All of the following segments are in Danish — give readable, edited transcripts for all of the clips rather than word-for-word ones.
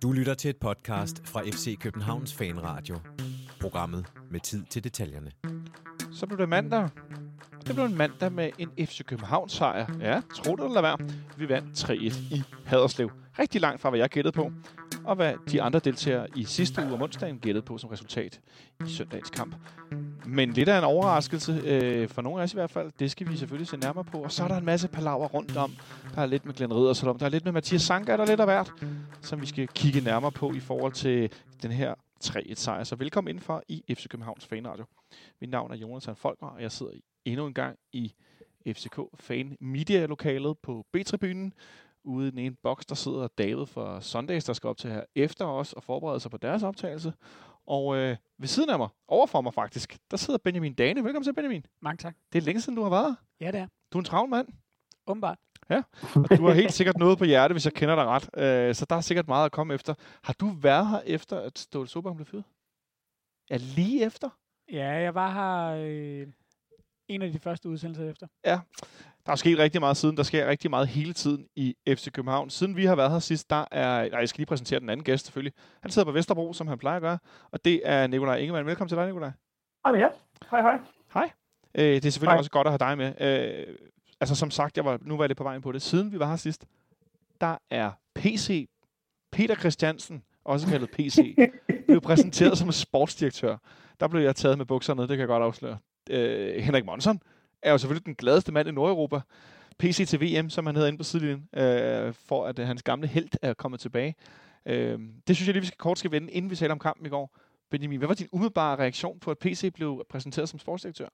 Du lytter til et podcast fra FC Københavns Fanradio. Programmet med tid til detaljerne. Så blev det mandag. Det blev en mandag med en FC Københavns sejr. Ja, tro det eller lad være. Vi vandt 3-1 i Haderslev. Rigtig langt fra, hvad jeg gættede på. Og hvad de andre deltagere i sidste uge om onsdagen gættede på som resultat i søndagens kamp. Men lidt af en overraskelse, for nogle af os i hvert fald, det skal vi selvfølgelig se nærmere på. Og så er der en masse palaver rundt om. Der er lidt med Glenn Riddersholm, der er lidt med Mathias Sanka, der er lidt af hvert, som vi skal kigge nærmere på i forhold til den her 3-1-sejr. Så velkommen indenfor i FC Københavns Fanradio. Mit navn er Jonathan Folker, og jeg sidder endnu en gang i FCK Fan Media-lokalet på B-tribunen. Ude i den ene boks, der sidder David fra Sundays, der skal op til her efter os og forberede sig på deres optagelse. Og ved siden af mig, overfor mig faktisk, der sidder Benjamin Dane. Velkommen til, Benjamin. Mange tak. Det er længe siden, du har været her. Ja, det er. Du er en travl mand. Åbenbart. Ja, og du har helt sikkert noget på hjerte, hvis jeg kender dig ret. Så der er sikkert meget at komme efter. Har du været her efter, at Ståle Solbakken blev fyret? Ja, lige efter? Ja, jeg var her en af de første udsendelser efter. Ja, der er sket rigtig meget siden. Der sker rigtig meget hele tiden i FC København. Siden vi har været her sidst, der er... jeg skal lige præsentere den anden gæst selvfølgelig. Han sidder på Vesterbro, som han plejer at gøre. Og det er Nikolaj Ingemann. Velkommen til dig, Nikolaj. Hej ja. Hej. Hej. Det er selvfølgelig også godt at have dig med. Altså som sagt, nu var jeg lidt på vejen på det. Siden vi var her sidst, der er PC, Peter Christiansen, også kaldet PC, blev præsenteret som sportsdirektør. Der blev jeg taget med bukserne, det kan jeg godt afsløre. Henrik Monson er jo selvfølgelig den gladeste mand i Nordeuropa. PC til VM, som han hedder inde på sidelinjen, for at hans gamle helt er kommet tilbage. Det synes jeg lige, vi kort skal vende, inden vi taler om kampen i går. Benjamin, hvad var din umiddelbare reaktion på, at PC blev præsenteret som sportsdirektør?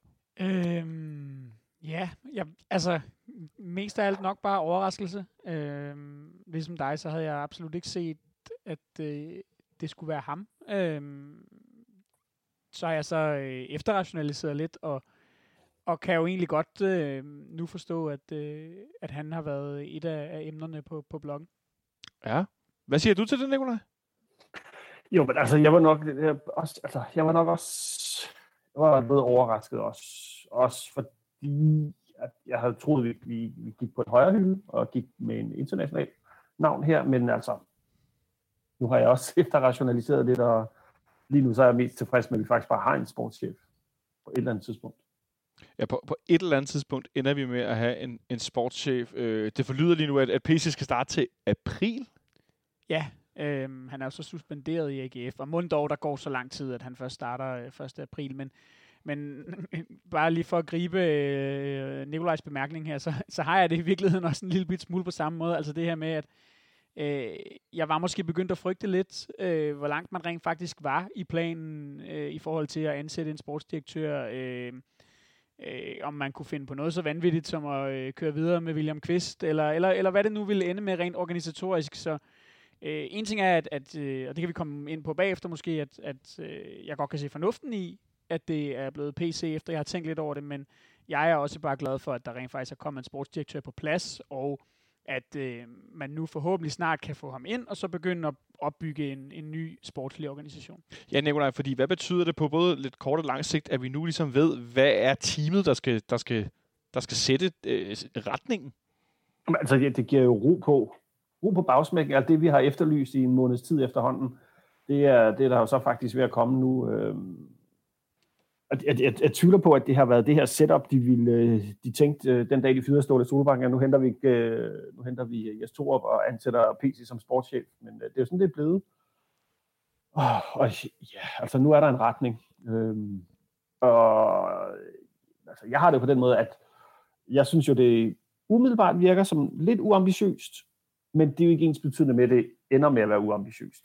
Altså mest af alt nok bare overraskelse. Ligesom dig, så havde jeg absolut ikke set, at det skulle være ham. Så har jeg så efterrationaliseret lidt, og kan jo egentlig godt nu forstå, at han har været et af emnerne på bloggen. Ja. Hvad siger du til det, Nikolaj? Jo, men altså, jeg var nok noget overrasket også fordi at jeg havde troet, at vi gik på et højere hylde og gik med en international navn her, men altså, nu har jeg også efterrationaliseret lidt, og lige nu så er jeg mest tilfreds med, at vi faktisk bare har en sportschef på et eller andet tidspunkt. Ja, på et eller andet tidspunkt ender vi med at have en sportschef. Det forlyder lige nu, at PC skal starte til april. Ja, han er jo så suspenderet i AGF, og mon dog, der går så lang tid, at han først starter 1. april. Men bare lige for at gribe Nikolajs bemærkning her, så har jeg det i virkeligheden også en lille bit smule på samme måde. Altså det her med, at jeg var måske begyndt at frygte lidt, hvor langt man rent faktisk var i planen i forhold til at ansætte en sportsdirektør. Om man kunne finde på noget så vanvittigt som at køre videre med William Kvist, eller hvad det nu ville ende med rent organisatorisk. Så en ting er, at og det kan vi komme ind på bagefter måske, at jeg godt kan se fornuften i, at det er blevet PC, efter jeg har tænkt lidt over det, men jeg er også bare glad for, at der rent faktisk er kommet en sportsdirektør på plads, og at man nu forhåbentlig snart kan få ham ind, og så begynde at opbygge en ny sportslig organisation. Ja, Nikolaj, fordi hvad betyder det på både lidt kort og lang sigt, at vi nu ligesom ved, hvad er teamet, der skal sætte retningen? Altså, det giver jo ro på bagsmækken. Altså det, vi har efterlyst i en måneds tid efterhånden, det er der jo så faktisk ved at komme nu. Jeg tvivler på, at det har været det her setup, de tænkte den dag, de fyrede Ståle Solbakken, og nu henter vi Jes Torup og ansætter PC som sportschef. Men det er jo sådan, det er blevet. Altså nu er der en retning. Altså, jeg har det på den måde, at jeg synes jo, det umiddelbart virker som lidt uambitiøst, men det er jo ikke ens betydende med, at det ender med at være uambitiøst.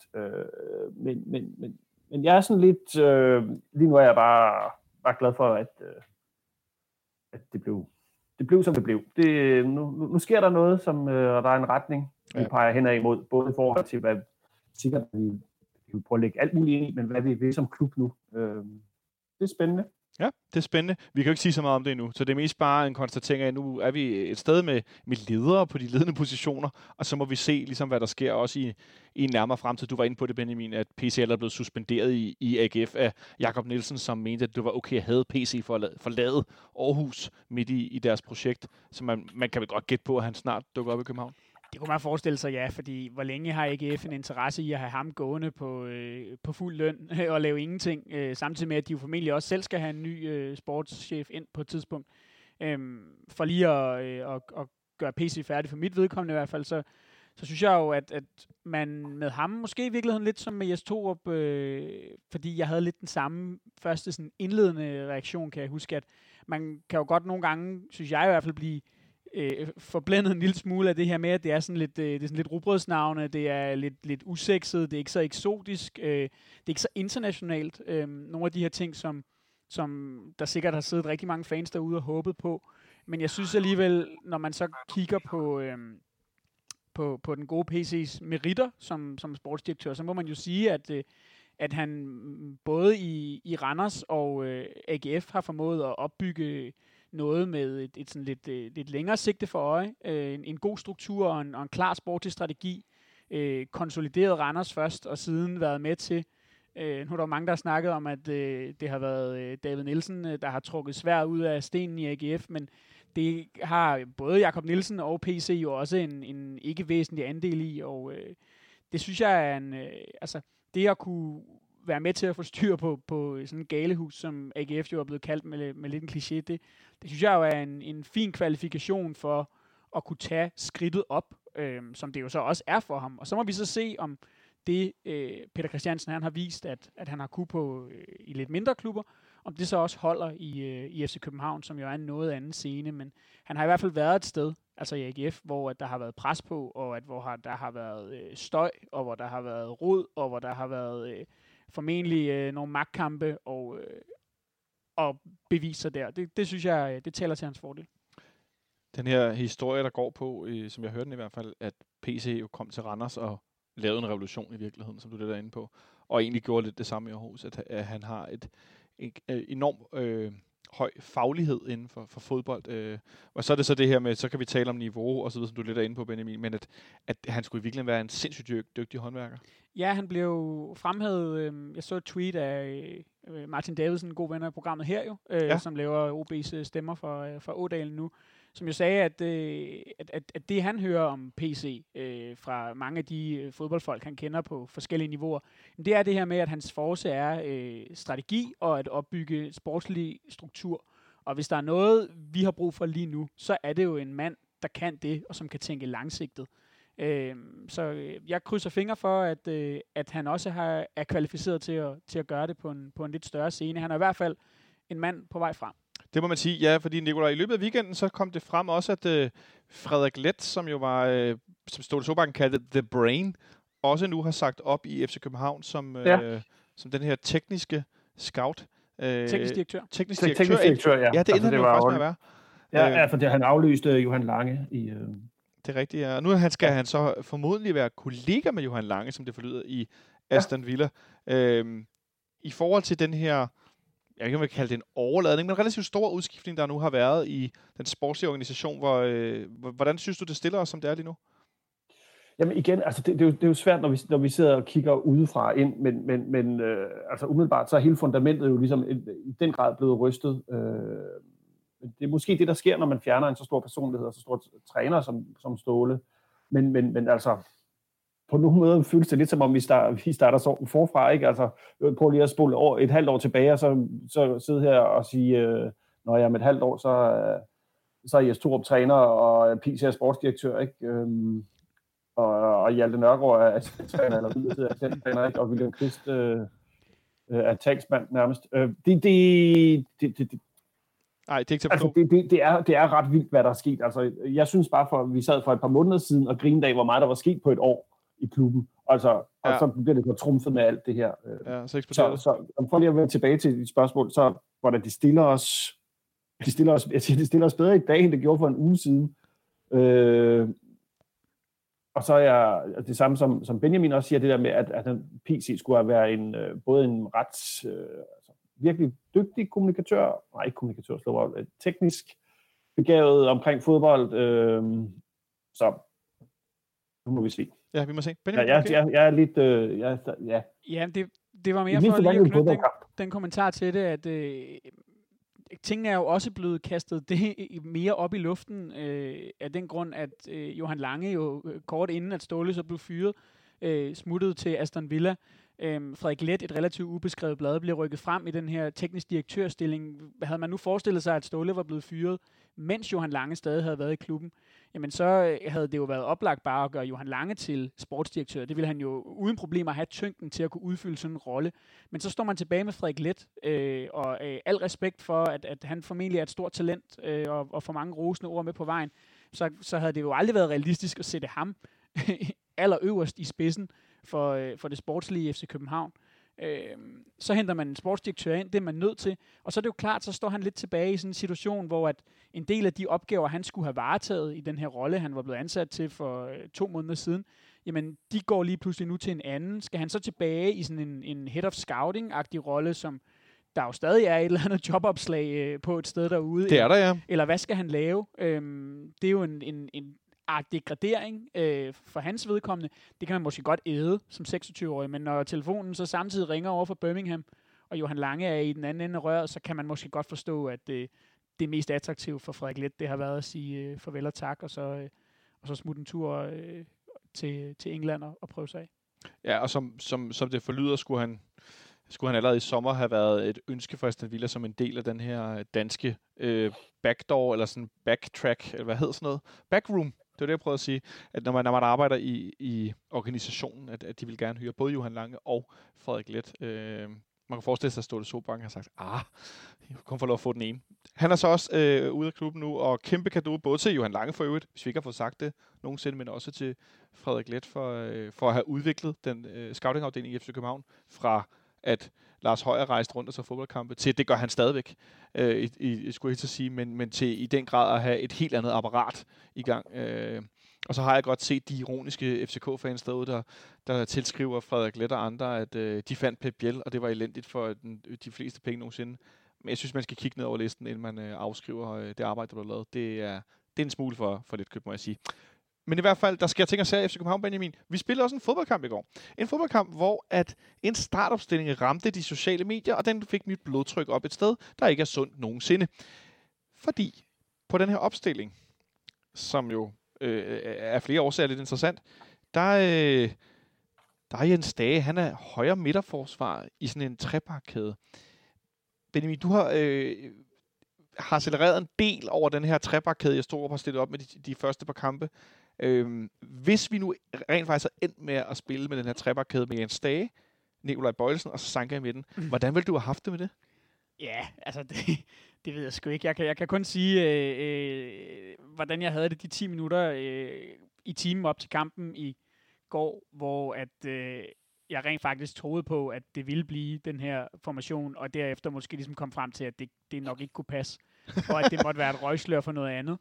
Men jeg er sådan lidt... lige nu er jeg bare glad for, at det blev, som det blev. Nu sker der noget, og der er en retning, vi peger henad imod, både i forhold til, hvad sikkert vi vil prøve at lægge alt muligt ind i, men hvad vi vil som klub nu. Det er spændende. Ja, det er spændende. Vi kan jo ikke sige så meget om det endnu, så det er mest bare en konstatering af, at nu er vi et sted med ledere på de ledende positioner, og så må vi se, ligesom, hvad der sker også i en nærmere fremtid. Du var inde på det, Benjamin, at PC er blevet suspenderet i AGF af Jakob Nielsen, som mente, at det var okay at have PC forlade Aarhus midt i deres projekt, så man kan vel godt gætte på, at han snart dukker op i København. Det kunne man forestille sig, ja, fordi hvor længe har AGF en interesse i at have ham gående på fuld løn og lave ingenting, samtidig med, at de jo formentlig også selv skal have en ny sportschef ind på et tidspunkt. For lige at gøre PC færdig for mit vedkommende i hvert fald, så synes jeg jo, at man med ham, måske i virkeligheden lidt som med Jes Torup, fordi jeg havde lidt den samme første sådan indledende reaktion, kan jeg huske, at man kan jo godt nogle gange, synes jeg i hvert fald, blive forblændet en lille smule af det her med, at det er sådan lidt, det er sådan lidt rugbrødsnavne, det er lidt usekset, det er ikke så eksotisk, det er ikke så internationalt. Nogle af de her ting, som der sikkert har siddet rigtig mange fans derude og håbet på. Men jeg synes alligevel, når man så kigger på den gode PC's meritter som sportsdirektør, så må man jo sige, at han både i Randers og AGF har formået at opbygge noget med et sådan lidt længere sigte for øje, en god struktur og en klar sportslig strategi, konsolideret Randers først, og siden været med til. Nu er der mange, der har snakket om, at det har været David Nielsen, der har trukket svær ud af stenen i AGF, men det har både Jakob Nielsen og PC jo også en ikke væsentlig andel i, og det synes jeg er det at kunne være med til at få styr på sådan en galehus, som AGF jo er blevet kaldt med lidt en kliché, det synes jeg jo er en fin kvalifikation for at kunne tage skridtet op, som det jo så også er for ham. Og så må vi så se, om det Peter Christiansen han har vist, at han har kunne på i lidt mindre klubber, om det så også holder i FC København, som jo er en noget anden scene, men han har i hvert fald været et sted, altså i AGF, hvor der har været pres på, og hvor der har været støj, og hvor der har været rod, og hvor der har været formentlig nogle magtkampe og beviser der. Det synes jeg, det taler til hans fordel. Den her historie, der går på, som jeg hørte den i hvert fald, at PC jo kom til Randers og lavede en revolution i virkeligheden, som du er der inde på, og egentlig gjorde lidt det samme i Aarhus, at han har et enormt høj faglighed inden for fodbold. Og så er det så det her med, så kan vi tale om niveau og så videre, som du lidt er inde på, Benjamin, men at han skulle i virkeligheden være en sindssygt dygtig håndværker. Ja, han blev fremhævet. Jeg så et tweet af Martin Davidsen, god ven af programmet her jo, som laver OB's stemmer fra Ådalen nu, som jo sagde, at det han hører om PC fra mange af de fodboldfolk, han kender på forskellige niveauer, det er det her med, at hans force er strategi og at opbygge sportslig struktur. Og hvis der er noget, vi har brug for lige nu, så er det jo en mand, der kan det, og som kan tænke langsigtet. Så jeg krydser fingre for, at han også er kvalificeret til at gøre det på en lidt større scene. Han er i hvert fald en mand på vej frem. Det må man sige, ja, fordi Nikolaj, i løbet af weekenden, så kom det frem også, at Frederik Leth, som jo var, som Ståle Solbakken kaldte The Brain, også nu har sagt op i FC København som den her tekniske scout. Teknisk direktør. Teknisk direktør, ja. Ja, det ender det jo først med at være. Ja, for det han aflyste Johan Lange i... Det er rigtigt, ja. Og nu skal han så formodentlig være kollega med Johan Lange, som det forlyder i Aston Villa. I forhold til den her, jeg kan ikke kalde det en overladning, men relativt stor udskiftning, der nu har været i den sportslige organisation. Hvordan synes du, det stiller os, som det er lige nu? Jamen igen, altså det er jo svært, når vi sidder og kigger udefra ind, men altså umiddelbart, så er hele fundamentet jo ligesom i den grad blevet rystet. Det er måske det, der sker, når man fjerner en så stor personlighed og så stor træner som Ståle. Men altså, på nogle måder føles det lidt som om, vi starter så forfra, ikke? Altså, prøv lige at spole et halvt år tilbage, og så sidde her og sige, når jeg med et halvt år, så er Jes Torup træner, og PC er sportsdirektør, ikke? Og Hjalte Nørgaard er assistenttræner, eller midlertidig assistenttræner, ikke? Og William Kvist er talsmand nærmest. Nej, det er ikke til at forstå. Altså, det er ret vildt, hvad der er sket. Altså, jeg synes bare, vi sad for et par måneder siden og grinede af, hvor meget der var sket på et år i klubben. Altså, og så bliver det godt trumfet med alt det her. Så eksploderer det. Så for lige at vende tilbage til dit spørgsmål, så hvordan det stiller os bedre i dag, end det gjorde for en uge siden. Og så er jeg det samme som Benjamin også siger, det der med, at PC skulle være både en ret virkelig dygtig teknisk begavet omkring fodbold. Så nu må vi se. Ja, vi må se. Benjamin, jeg er lidt... Ja, det var mere for lige at knytte den kommentar til det, at tingene er jo også blevet kastet det mere op i luften af den grund, at Johan Lange jo kort inden, at Ståle så blev fyret, smuttede til Aston Villa. Frederik Let, et relativt ubeskrevet blad, bliver rykket frem i den her teknisk direktørstilling. Havde man nu forestillet sig, at Ståle var blevet fyret, mens Johan Lange stadig havde været i klubben, jamen så havde det jo været oplagt bare at gøre Johan Lange til sportsdirektør. Det ville han jo uden problemer have tyngden til at kunne udfylde sådan en rolle. Men så står man tilbage med Frederik Let, og al respekt for, at han formentlig er et stort talent, og for mange rosende ord med på vejen, så havde det jo aldrig været realistisk at sætte ham allerøverst i spidsen for det sportslige FC København. Så henter man en sportsdirektør ind, det er man nødt til, og så er det jo klart, så står han lidt tilbage i sådan en situation, hvor at en del af de opgaver, han skulle have varetaget i den her rolle, han var blevet ansat til for 2 måneder siden, jamen de går lige pludselig nu til en anden. Skal han så tilbage i sådan en head of scouting-agtig rolle, som der jo stadig er et eller andet jobopslag på et sted derude? Det er der, ja. Eller hvad skal han lave? Det er jo en degradering for hans vedkommende. Det kan man måske godt æde som 26-årig, men når telefonen så samtidig ringer over for Birmingham, og Johan Lange er i den anden ende af røret, så kan man måske godt forstå, at det mest attraktive for Frederik Let, det har været at sige farvel og tak, og så smutte en tur til England og prøve sig af. Ja, og som det forlyder, skulle han allerede i sommer have været et ønske for Aston Villa som en del af den her danske backdoor, eller sådan backtrack, eller hvad hedder sådan noget? Backroom. Det var det, jeg prøvede at sige, at når man arbejder i organisationen, at de vil gerne hyre både Johan Lange og Frederik Let. Man kan forestille sig, at Ståle Solbakken har sagt, jeg kommer for lov at få den ene. Han er så også ude af klubben nu, og kæmpe cadeau både til Johan Lange for øvrigt, hvis vi ikke har fået sagt det nogensinde, men også til Frederik Let for at have udviklet den scoutingafdeling i FC København fra at Lars Højer rejste rundt og så fodboldkampe, til det gør han stadigvæk, skulle jeg til at sige, men til i den grad at have et helt andet apparat i gang. Og så har jeg godt set de ironiske FCK-fans derude, der tilskriver Frederik Let og andre, at de fandt Pep Biel, og det var elendigt for de fleste penge nogensinde. Men jeg synes, man skal kigge ned over listen, inden man afskriver det arbejde, der blev lavet. Det er en smule for lidt køb, må jeg sige. Men i hvert fald, der sker ting og sager i FC København, Benjamin. Vi spillede også en fodboldkamp i går. En fodboldkamp, hvor at en startopstilling ramte de sociale medier, og den fik mit blodtryk op et sted, der ikke er sundt nogensinde. Fordi på den her opstilling, som jo er flere årsager lidt interessant, der er Jens Dage, han er højre midterforsvar i sådan en trebakkæde. Benjamin, du har accelereret en del over den her trebakkæde, jeg stod op og stillet op med de første par kampe. Hvis vi nu rent faktisk har endt med at spille med den her trebakkæde med Jens Dage, Nikolaj Boilesen og så Sanka i midten, hvordan ville du have haft det med det? Ja, altså det ved jeg sgu ikke. Jeg kan kun sige, hvordan jeg havde det de 10 minutter i timen op til kampen i går, hvor at jeg rent faktisk troede på, at det ville blive den her formation, og derefter måske ligesom kom frem til, at det nok ikke kunne passe, og at det måtte være et røgslør for noget andet.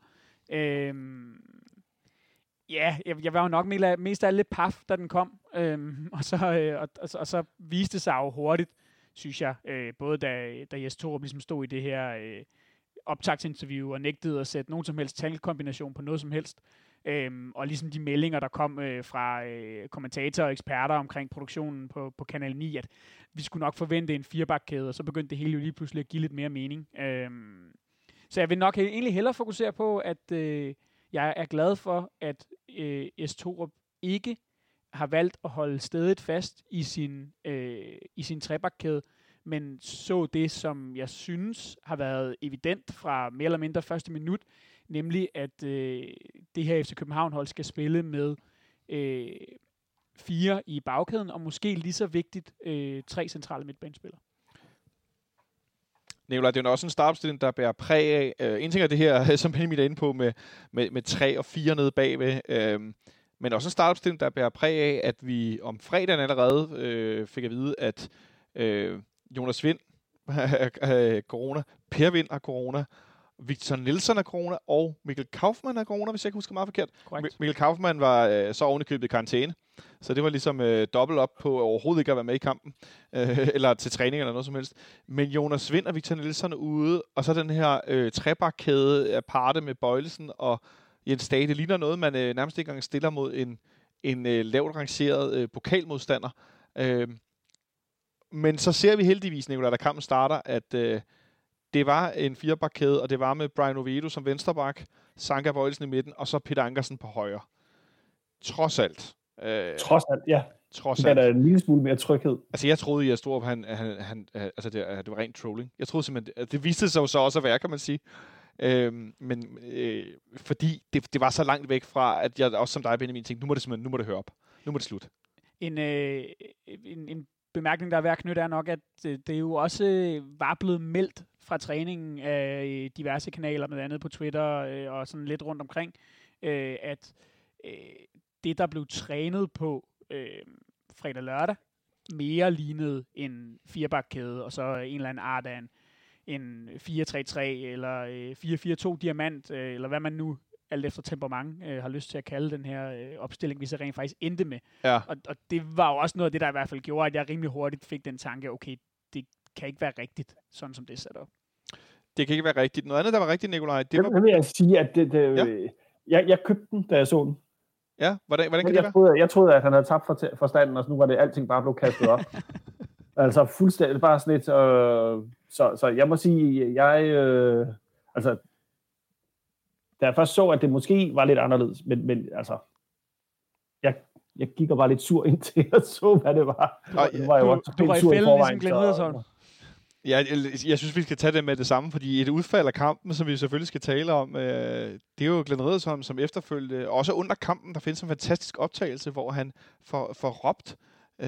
Ja, jeg var jo nok mest af lidt paf, da den kom, og så viste det sig jo hurtigt, synes jeg, både da Jes Torup ligesom stod i det her optagsinterview og nægtede at sætte nogen som helst talkombination på noget som helst, og ligesom de meldinger, der kom fra kommentatorer og eksperter omkring produktionen på Kanal 9, at vi skulle nok forvente en firebakkæde, og så begyndte det hele jo lige pludselig at give lidt mere mening. Så jeg vil nok egentlig hellere fokusere på, at jeg er glad for, at Jes Torup ikke har valgt at holde stedet fast i sin trebakkæde, men så det, som jeg synes har været evident fra mere eller mindre første minut, nemlig at det her FC København-hold skal spille med 4 i bagkæden, og måske lige så vigtigt 3 centrale midtbanespillere. Nikolaj, det er jo også en startopstilling, der bærer præg af. En ting er det her, som Benjamin er inde på, med 3 og 4 nede bagved. Men også en startopstilling, der bærer præg af, at vi om fredagen allerede fik at vide, at Jonas Vind har corona, Per Vind har corona, Victor Nielsen har corona, og Mikkel Kaufmann har corona, hvis jeg ikke husker meget forkert. Mikkel Kaufmann var så ovenikøbet i karantæne, så det var ligesom dobbelt op på overhovedet ikke at være med i kampen, eller til træning eller noget som helst. Men Jonas Vind og Victor Nielsen er ude, og så den her trebakkæde aparte med Boilesen og Jens Dage. Det ligner noget, man nærmest ikke engang stiller mod en lavt rangeret pokalmodstander. Men så ser vi heldigvis, Nicolai, da kampen starter, at det var en firebakkæde, og det var med Brian Oviedo som venstreback, Sanka Bøjelsen i midten, og så Peter Ankersen på højre. Trods alt. Trods alt, ja. Trods alt. alt. Der er en lille smule mere tryghed. Altså, jeg troede, at Storup, det var rent trolling. Jeg troede simpelthen, det viste sig jo så også at være, kan man sige. Fordi det var så langt væk fra, at jeg også som dig, Benjamin, tænkte, nu må det høre op. Nu må det slut. En bemærkning, der er værd at knytte, er nok, at det jo også var blevet meldt fra træningen af diverse kanaler, blandt andet på Twitter og sådan lidt rundt omkring, at det, der blev trænet på fredag-lørdag, mere lignede en firebakkæde, og så en eller anden art af en 4-3-3 eller 4-4-2 diamant, eller hvad man nu alt efter temperament har lyst til at kalde den her opstilling, vi så rent faktisk endte med. Ja. Og det var jo også noget af det, der i hvert fald gjorde, at jeg rimelig hurtigt fik den tanke, okay, det kan ikke være rigtigt, sådan som det er sat op. Det kan ikke være rigtigt. Noget andet, der var rigtigt, Nikolaj, det var... Jeg vil sige, at jeg købte den, da jeg så den. Ja, hvordan kan det være? Jeg troede, at han havde tabt forstanden, og så nu var det alting bare blevet kastet op. Altså fuldstændig bare sådan lidt. Så jeg må sige, da jeg først så, at det måske var lidt anderledes, men altså, jeg gik og var lidt sur indtil jeg så, hvad det var. Du var i fælden ligesom Glenn Riddersholm. Ja, jeg synes, vi skal tage det med det samme, fordi et udfald af kampen, som vi selvfølgelig skal tale om, det er jo Glenn Riddersholm, som efterfølgende, også under kampen, der findes en fantastisk optagelse, hvor han får råbt,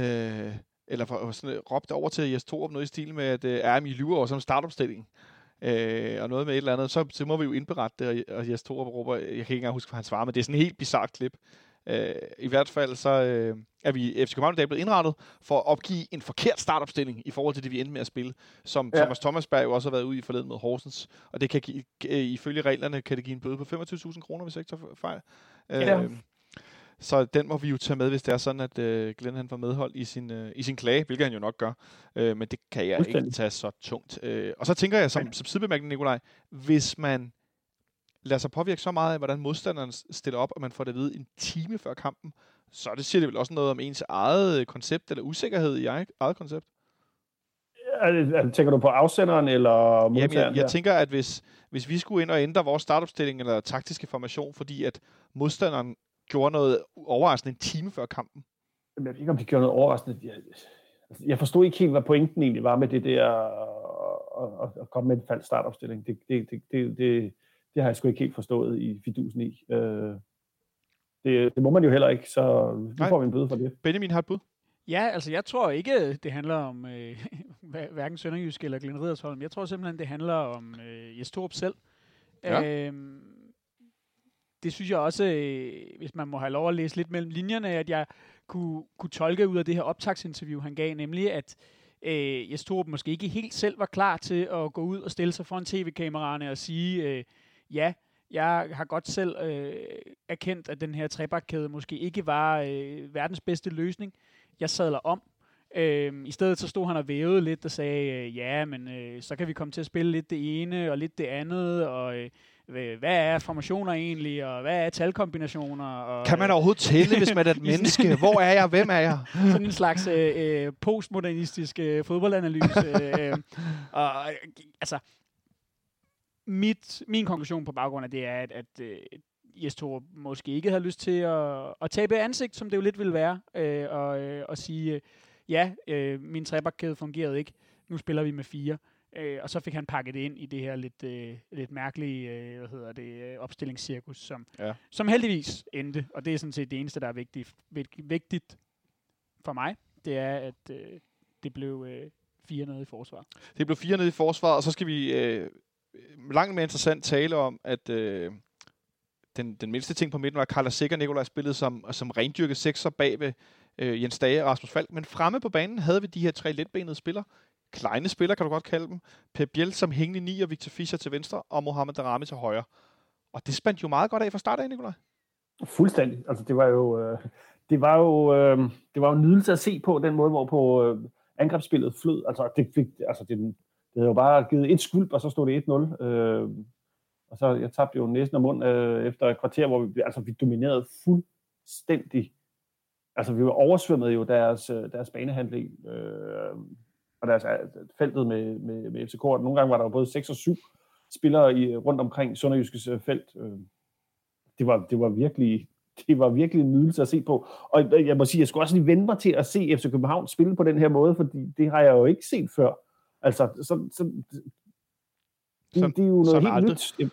råbt over til Jes Torup noget i stil med, at I lyver over som startopstilling. Og noget med et eller andet, så må vi jo indberette det, og Jes Torup råber, jeg kan ikke engang huske, hvad han svarer, men det er sådan en helt bizarrt klip. I hvert fald så er vi i FC København i dag blevet indrettet for at opgive en forkert startopstilling i forhold til det, vi endte med at spille, som Thomas Thomasberg jo også har været ude i forleden med Horsens, og det kan ifølge reglerne kan det give en bøde på 25.000 kroner, hvis jeg ikke tager fejl. Så den må vi jo tage med, hvis det er sådan, at Glenn han får medhold i sin klage, hvilket han jo nok gør. Men det kan jeg ikke tage så tungt. Og så tænker jeg som sidebemærkning, Nikolaj, hvis man lader sig påvirke så meget af, hvordan modstanderen stiller op, og man får det at vide en time før kampen, så det siger det vel også noget om ens eget koncept, eller usikkerhed i eget koncept? Tænker du på afsenderen, eller modtageren? Jamen, jeg tænker, at hvis vi skulle ind og ændre vores startopstilling, eller taktiske formation, fordi at modstanderen gjorde noget overraskende en time før kampen. Jeg ved ikke, om de gjorde noget overraskende. Jeg forstod ikke helt, hvad pointen egentlig var med det der at komme med en falsk startopstilling. Det har jeg sgu ikke helt forstået i fidusen i. Det må man jo heller ikke, så nu får vi en bøde for det. Benjamin har et bud? Ja, altså jeg tror ikke, det handler om hverken Sønderjysk eller Glenn Riddersholm. Jeg tror simpelthen, det handler om Jes Torup selv. Ja. Det synes jeg også, hvis man må have lov at læse lidt mellem linjerne, at jeg kunne tolke ud af det her optagsinterview, han gav, nemlig at Jes Torup måske ikke helt selv var klar til at gå ud og stille sig foran tv-kameraerne og sige, ja, jeg har godt selv erkendt, at den her trebakkæde måske ikke var verdens bedste løsning. Jeg sadler om. I stedet så stod han og vævede lidt og sagde, ja, men så kan vi komme til at spille lidt det ene og lidt det andet, og hvad er formationer egentlig, og hvad er talkombinationer? Og, kan man overhovedet tælle, hvis man er et menneske? Hvor er jeg? Hvem er jeg? Sådan en slags postmodernistisk fodboldanalyse. Og altså, min konklusion på baggrund af det er, at Jes Torup måske ikke havde lyst til at tabe ansigt, som det jo lidt ville være, og sige, min trebakkæde fungerede ikke, nu spiller vi med 4. Og så fik han pakket det ind i det her lidt mærkelige opstillingscirkus, som heldigvis endte. Og det er sådan set det eneste, der er vigtigt for mig. Det er, at det blev 4-0 i forsvar. Det blev 4-0 i forsvar, og så skal vi langt mere interessant tale om, at den mindste ting på midten var, at Carla Sikker Nikolaj spillede som rendyrket sekser bag ved Jens Dage og Rasmus Falk. Men fremme på banen havde vi de her 3 letbenede spillere. Kleine spillere, kan du godt kalde dem. Pep Biel som hængende 9, og Victor Fischer til venstre, og Mohamed Darami til højre. Og det spændte jo meget godt af fra start af, Nikolaj. Fuldstændig. Altså, det var jo en nydelse at se på den måde, hvorpå angrebsspillet flød. Altså, det havde jo bare givet et skvulp, og så stod det 1-0. Og så jeg tabte jo næsten om mund efter et kvarter, hvor vi dominerede fuldstændig. Altså, vi var oversvømmet jo deres banehandling. og deres feltet med FCK. Nogle gange var der jo både 6 og 7 spillere rundt omkring Sønderjyskes felt. Det var virkelig en nydelse at se på. Og jeg må sige, jeg skulle også lige vende mig til at se FC København spille på den her måde, fordi det har jeg jo ikke set før. Altså, det er jo noget helt aldrig. nyt.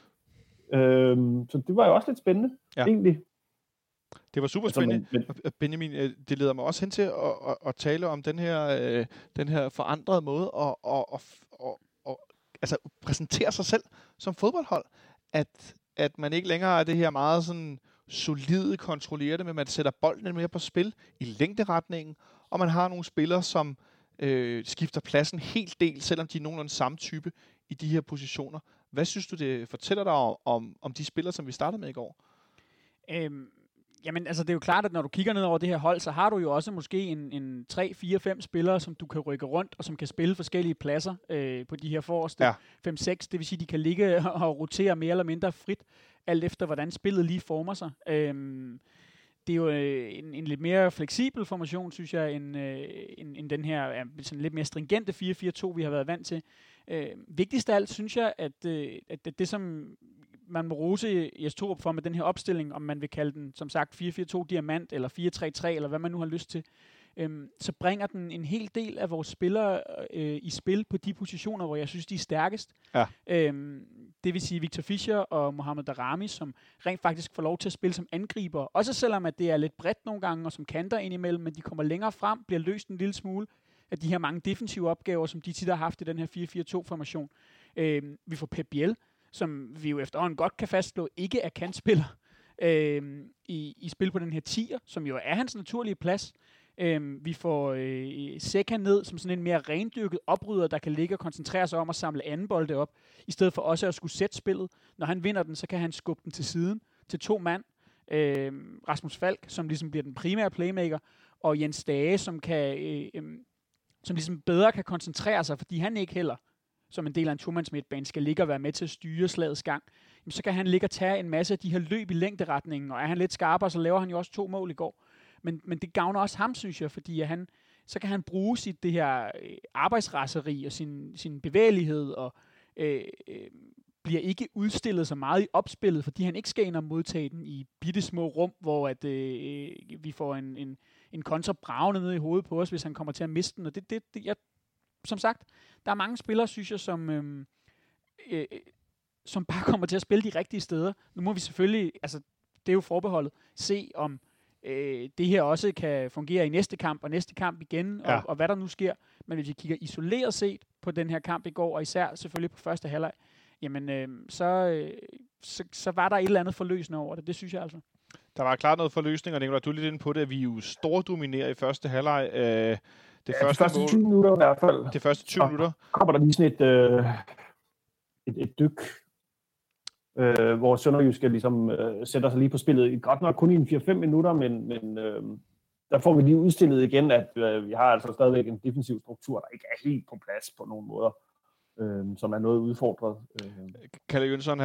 Så det var jo også lidt spændende, egentlig. Det var super spændende. Benjamin, det leder mig også hen til at tale om den her forandrede måde at altså præsentere sig selv som fodboldhold. At man ikke længere er det her meget sådan solide, kontrollerede, men man sætter bolden mere på spil i længderetningen, og man har nogle spillere, som skifter pladsen helt del, selvom de er nogenlunde samme type i de her positioner. Hvad synes du, det fortæller dig om de spillere, som vi startede med i går? Jamen, altså det er jo klart, at når du kigger ned over det her hold, så har du jo også måske en 3, 4, 5 spillere, som du kan rykke rundt, og som kan spille forskellige pladser på de her forreste 5-6. Det vil sige, at de kan ligge og rotere mere eller mindre frit, alt efter hvordan spillet lige former sig. Det er jo en lidt mere fleksibel formation, synes jeg, end den her sådan lidt mere stringente 4-4-2, vi har været vant til. Vigtigst af alt, synes jeg, at det som man må rose Jes Torup for med den her opstilling, om man vil kalde den, som sagt, 4-4-2 diamant, eller 4-3-3, eller hvad man nu har lyst til, så bringer den en hel del af vores spillere i spil på de positioner, hvor jeg synes, de er stærkest. Ja. Det vil sige Victor Fischer og Mohamed Daramy, som rent faktisk får lov til at spille som angriber. Også selvom at det er lidt bredt nogle gange, og som kanter indimellem, men de kommer længere frem, bliver løst en lille smule af de her mange defensive opgaver, som de tit har haft i den her 4-4-2-formation. Vi får Pep Biel, som vi jo efterhånden godt kan fastslå, ikke er kantspiller i spil på den her 10'er, som jo er hans naturlige plads. Vi får Seca ned som sådan en mere rendyrket oprydder, der kan ligge og koncentrere sig om at samle anden bolde op, i stedet for også at skulle sætte spillet. Når han vinder den, så kan han skubbe den til siden til 2 mand. Rasmus Falk, som ligesom bliver den primære playmaker, og Jens Dage, som ligesom bedre kan koncentrere sig, fordi han ikke heller som en del af en tomandsmidtbane skal ligge og være med til at styre slagets gang, jamen, så kan han ligge og tage en masse af de her løb i længderetningen, og er han lidt skarpere, så laver han jo også 2 mål i går. Men det gavner også ham, synes jeg, fordi så kan han bruge sit det her arbejdsraseri og sin bevægelighed, og bliver ikke udstillet så meget i opspillet, fordi han ikke skal ind og modtage den i bittesmå rum, hvor vi får en kontra bravende ned i hovedet på os, hvis han kommer til at miste den. Og som sagt, der er mange spillere, synes jeg, som bare kommer til at spille de rigtige steder. Nu må vi selvfølgelig, altså det er jo forbeholdet, se om det her også kan fungere i næste kamp, og næste kamp igen, og hvad der nu sker. Men hvis vi kigger isoleret set på den her kamp i går, og især selvfølgelig på første halvleg, jamen så var der et eller andet forløsende over det. Det synes jeg altså. Der var klart noget forløsning, og Nicolai, du er lidt inde på det, at vi jo stordominerer i første halvleg. De første 20 minutter i hvert fald. De første 20 minutter. Kommer der lige sådan et dyk, hvor Sønderjyske ligesom sætter sig lige på spillet. Godt nok kun i 4-5 minutter, men der får vi lige udstillet igen, at vi har altså stadigvæk en defensiv struktur, der ikke er helt på plads på nogle måder, som er noget udfordret. Kalle Jønsson,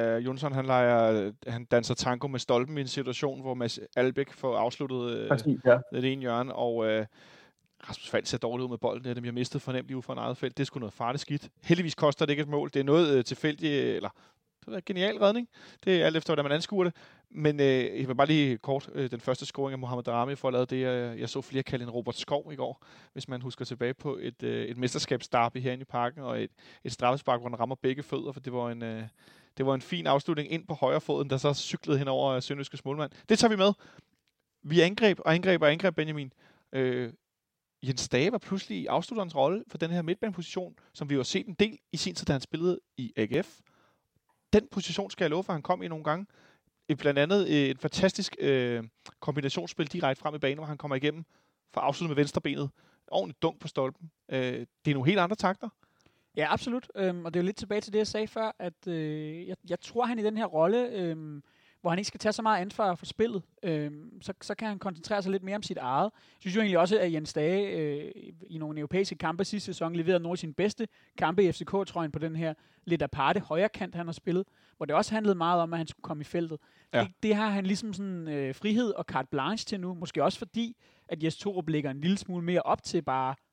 han danser tango med stolpen i en situation, hvor Mads Albeck får afsluttet det ene hjørne, og Rasmus Falk ser dårligt ud med bolden. Dem har mistet fornemt lige ud fra en eget felt. Det er sgu noget farligt skidt. Heldigvis koster det ikke et mål. Det er noget tilfældigt, eller det er en genial redning. Det er alt efter, hvordan man anskuer det. Men jeg vil bare lige kort den første scoring af Mohamed Daramy for at lave det, jeg så flere kalde en Robert Skov i går, hvis man husker tilbage på et mesterskabsderby herinde i parken, og et straffespark, hvor den rammer begge fødder, for det var en fin afslutning ind på højre foden, der så cyklede hen over Sønderjyskes målmand. Det tager vi med. Vi angreb, Benjamin. Jens Dage var pludselig i afslutterens rolle for den her midtbaneposition, som vi jo har set en del i sin tid, da han spillede i AGF. Den position skal jeg love for, at han kom i nogle gange. Blandt andet et fantastisk kombinationsspil direkte frem i banen, hvor han kommer igennem for at afslutte med venstrebenet. Ordentligt dunk på stolpen. Det er nogle helt andre takter. Ja, absolut. Og det er jo lidt tilbage til det, jeg sagde før, at jeg tror, han i den her rolle, hvor han ikke skal tage så meget ansvar for spillet, så kan han koncentrere sig lidt mere om sit eget. Jeg synes jo egentlig også, at Jens Dage i nogle europæiske kampe sidste sæson leverede nogle af sine bedste kampe i FCK-trøjen på den her lidt aparte højre kant, han har spillet, hvor det også handlede meget om, at han skulle komme i feltet. Ja. Det har han ligesom sådan frihed og carte blanche til nu, måske også fordi, at Jes Torup lægger en lille smule mere op til bare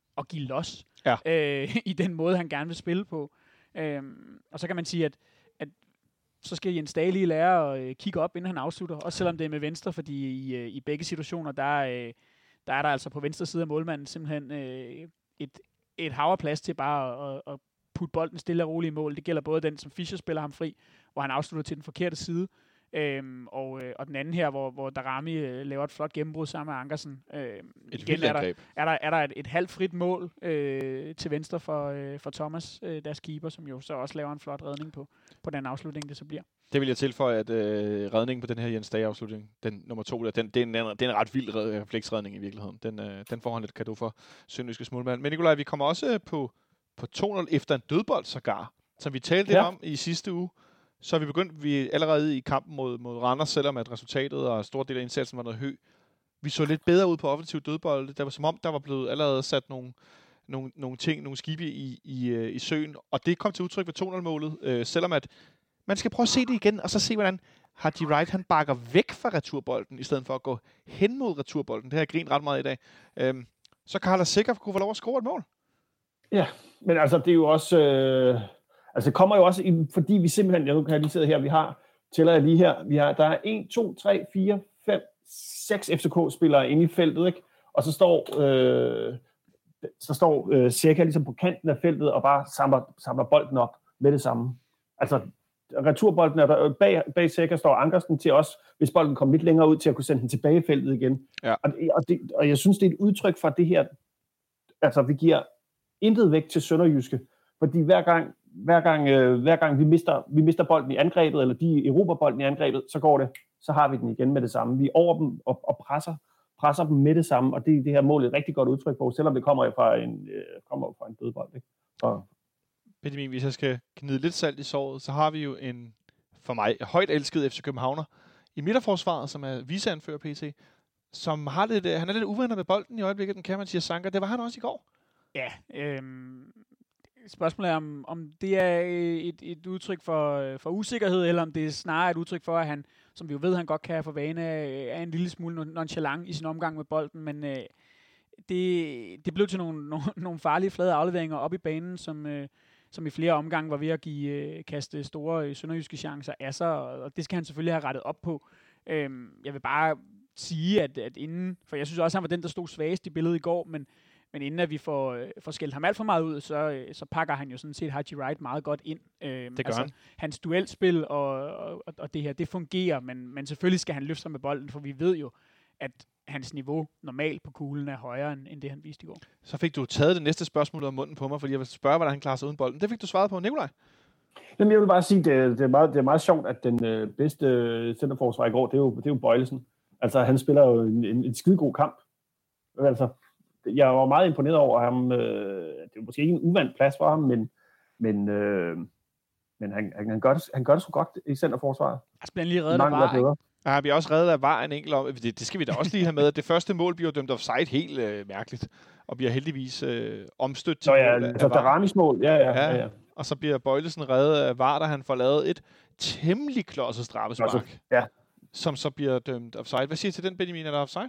at give los Ja. i den måde, han gerne vil spille på. Og så kan man sige, at så skal Jens Dage lige lære at kigge op, inden han afslutter, også selvom det er med venstre, fordi i begge situationer, der er der altså på venstre side af målmanden simpelthen et hav af plads til bare at putte bolden stille og roligt i mål. Det gælder både den, som Fischer spiller ham fri, hvor han afslutter til den forkerte side, og den anden her, hvor Darami laver et flot gennembrud sammen med Ankersen. Igen er der et halvt frit mål til venstre for Thomas, deres keeper, som jo så også laver en flot redning på den afslutning, det så bliver. Det vil jeg tilføje, at redningen på den her Jens Dage afslutning, den nummer 2, det er en ret vild refleksredning i virkeligheden. Den får han lidt cadeau for sønderjyske målmand. Men Nikolaj, vi kommer også på 2-0 efter en dødbold sågar, som vi talte lidt om i sidste uge. Så er vi begyndt allerede i kampen mod Randers, selvom at resultatet og stor del af indsatsen var noget høj. Vi så lidt bedre ud på offensiv dødbold. Det var som om, der var blevet allerede sat nogle skibe i søen. Og det kom til udtryk ved 2-0-målet, selvom at man skal prøve at se det igen, og så se, hvordan Haji Wright han bakker væk fra returbolden, i stedet for at gå hen mod returbolden. Det har jeg grint ret meget i dag. Så Carla Sikker kunne få lov at score et mål. Ja, men altså, det er jo også... Altså, det kommer jo også, fordi vi simpelthen, nu kan jeg lige sidde her, tæller jeg lige her, der er 1, 2, 3, 4, 5, 6 FCK-spillere inde i feltet, ikke? Og så står Sikker ligesom på kanten af feltet og bare samler bolden op med det samme. Altså, returbolden er der, bag Sikker står Ankersen til også, hvis bolden kommer lidt længere ud, til at kunne sende den tilbage i feltet igen. Ja. Og jeg synes, det er et udtryk for det her, altså, vi giver intet væk til Sønderjyske, fordi hver gang vi mister bolden i angrebet, eller de erobrer bolden i angrebet, så har vi den igen med det samme. Vi er over dem og presser dem med det samme, og det her mål er et rigtig godt udtryk på, selvom det kommer fra en dødbold. Ikke? Benjamin, hvis jeg skal gnide lidt salt i såret, så har vi jo en, for mig, højt elsket FC Københavner i midterforsvaret, som er viceanfører PT, som han er lidt uvenner med bolden i øjeblikket, den kan man sige Sanker. Det var han også i går. Ja, spørgsmålet er, om det er et udtryk for usikkerhed, eller om det er snarere et udtryk for, at han, som vi jo ved, han godt kan have for vane, er en lille smule nonchalant i sin omgang med bolden, men det blev til nogle farlige flade afleveringer op i banen, som i flere omgange var ved at kaste store sønderjyske chancer af sig, og det skal han selvfølgelig have rettet op på. Jeg vil bare sige, at inden, for jeg synes også, han var den, der stod svagest i billedet i går, men inden at vi får skældt ham alt for meget ud, så pakker han jo sådan set Haji Wright meget godt ind. Det gør han. Hans duelspil og det her, det fungerer, men selvfølgelig skal han løfte sig med bolden, for vi ved jo, at hans niveau normalt på kuglen er højere, end det han viste i går. Så fik du taget det næste spørgsmål ud af munden på mig, fordi jeg vil spørge, hvordan han klarer sig uden bolden. Det fik du svaret på, Nikolaj. Jamen, jeg vil bare sige, det er meget sjovt, at den bedste centerforsvar i går, det er jo Bøjlesen. Altså, han spiller jo en skidegod kamp. Altså, jeg var meget imponeret over ham. Det er måske ikke en uvant plads for ham, men han gør det så godt i centerforsvaret. Altså, bliver han lige reddet af VAR, Ja, han bliver også reddet af VAR en enkelt om. Det skal vi da også lige have med. Det første mål bliver dømt offside helt mærkeligt, og bliver heldigvis omstødt til mål af VAR. Daramis mål, ja. Og så bliver Bøjlesen reddet af VAR, da han får lavet et temmelig klodset straffespark, som så bliver dømt offside. Hvad siger du til den, Benjamin? Er der offside?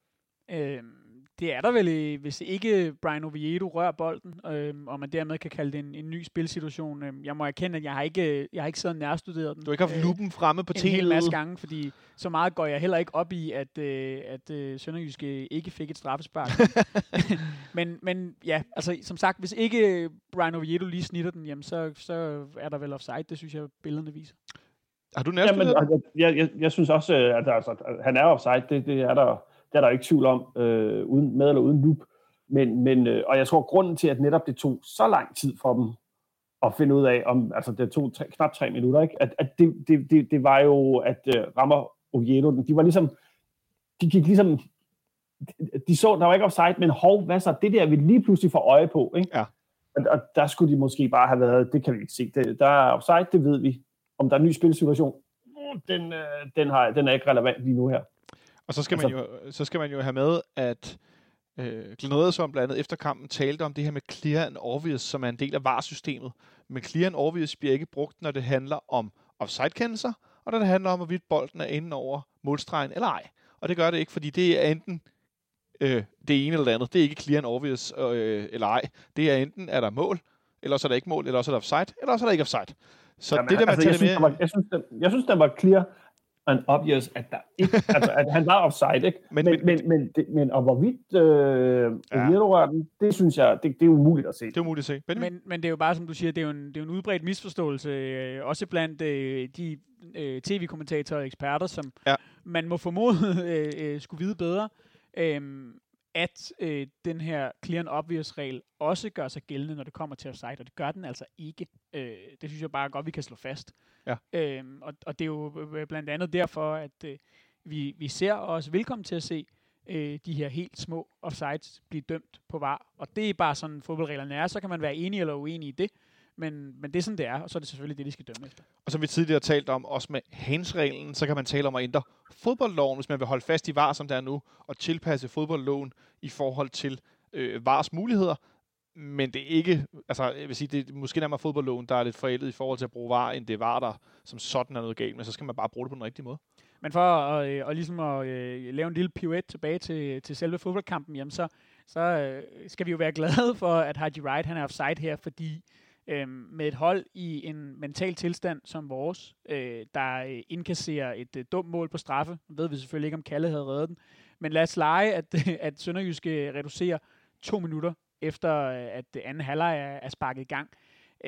Det er der vel, hvis ikke Brian Oviedo rører bolden, og man dermed kan kalde det en ny spilsituation. Jeg må erkende, at jeg har ikke siddet nærstuderet den. Du har ikke haft lupen fremme på en hel masse gange, fordi så meget går jeg heller ikke op i, at Sønderjyske ikke fik et straffespark. men ja, altså som sagt, hvis ikke Brian Oviedo lige snitter den, jamen, så er der vel offside. Det synes jeg, billederne viser. Har du nærstuderet? Jeg synes også, at han er offside. Det er der. Det er der ikke tvivl om, uden med eller uden loop. Og jeg tror, grunden til, at netop det tog så lang tid for dem at finde ud af, altså det tog knap 3 minutter, ikke? At det var jo, at rammer Oviedo, de gik ligesom, de så, der var ikke offside, men hvad så, det der vi lige pludselig får øje på, ikke? Ja. Og der skulle de måske bare have været, det kan vi ikke se, der er offside, det ved vi. Om der er en ny spilsituation, den er ikke relevant lige nu her. Og så skal man jo have med, at Glenn Ederson blandt andet efter kampen talte om det her med clear and obvious, som er en del af VAR-systemet. Men clear and obvious bliver ikke brugt, når det handler om offside-kendelser, og når det handler om, hvorvidt bolden er inde over målstregen eller ej. Og det gør det ikke, fordi det er enten det ene eller det andet. Det er ikke clear and obvious eller ej. Det er enten, er der mål, eller så er der ikke mål, eller så er der offside, eller så er der ikke offside. Så jamen, det der, man altså, tager med... Jeg synes, den var clear and obvious, at der ikke, altså, at han var offside, ikke? Men og hvorvidt Oviedo rører den, det synes jeg, det er umuligt at se. Det er umuligt at se. Men det er jo bare, som du siger, det er jo en udbredt misforståelse, også blandt de tv-kommentatorer og eksperter, som man må formode skulle vide bedre, at den her clear and obvious-regel også gør sig gældende, når det kommer til offside, og det gør den altså ikke. Det synes jeg bare godt, vi kan slå fast. Ja. Og det er jo blandt andet derfor, at vi ser os velkommen til at se de her helt små offsides blive dømt på VAR. Og det er bare sådan, fodboldreglerne er. Så kan man være enig eller uenig i det. Men det er sådan, det er, og så er det selvfølgelig det, de skal dømme efter. Og som vi tidligere talt om, også med hands-reglen, så kan man tale om at ændre fodboldloven, hvis man vil holde fast i VAR, som der er nu, og tilpasse fodboldloven i forhold til VARs muligheder. Men det er ikke, altså jeg vil sige, det er måske nærmere fodboldloven, der er lidt forældet i forhold til at bruge VAR, end det VAR, der som sådan er noget galt, men så skal man bare bruge det på den rigtige måde. Men for at lave en lille pirouette tilbage til selve fodboldkampen, jamen så skal vi jo være glade for, at Haji Wright han er offside her, fordi med et hold i en mental tilstand som vores, der indkasserer et dumt mål på straffe, ved vi selvfølgelig ikke, om Kalle havde reddet den, men lad os lege, at Sønderjyske reducerer 2 minutter efter, at anden halvleg er sparket i gang.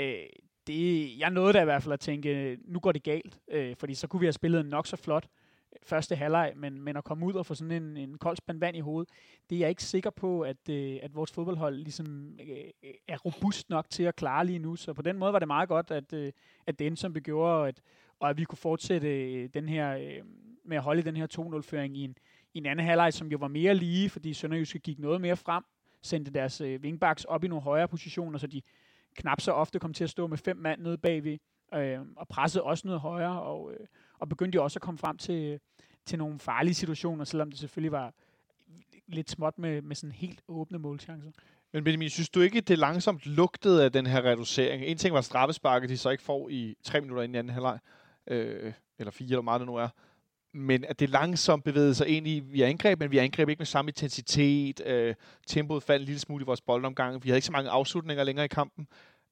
Jeg nåede da i hvert fald at tænke, nu går det galt, fordi så kunne vi have spillet nok så flot første halvleg, men at komme ud og få sådan en kold spand vand i hovedet, det er jeg ikke sikker på, at vores fodboldhold ligesom er robust nok til at klare lige nu. Så på den måde var det meget godt, at det endte, som det gjorde, og at vi kunne fortsætte den her, med at holde den her 2-0-føring i en anden halvleg, som jo var mere lige, fordi Sønderjyske gik noget mere frem, sendte deres wingbacks op i nogle højere positioner, så de knap så ofte kom til at stå med 5 mand nede bagved, og pressede også noget højere, og begyndte jo også at komme frem til nogle farlige situationer, selvom det selvfølgelig var lidt småt med sådan helt åbne målchancer. Men Benjamin, synes du ikke, det langsomt lugtede af den her reducering? En ting var straffesparket, de så ikke får i 3 minutter inden i anden halvleg, eller 4, eller meget det nu er. Men at det langsomt bevægede sig ind i, vi angreb, men vi angreb ikke med samme intensitet. Tempoet faldt en lille smule i vores boldomgang. Vi havde ikke så mange afslutninger længere i kampen.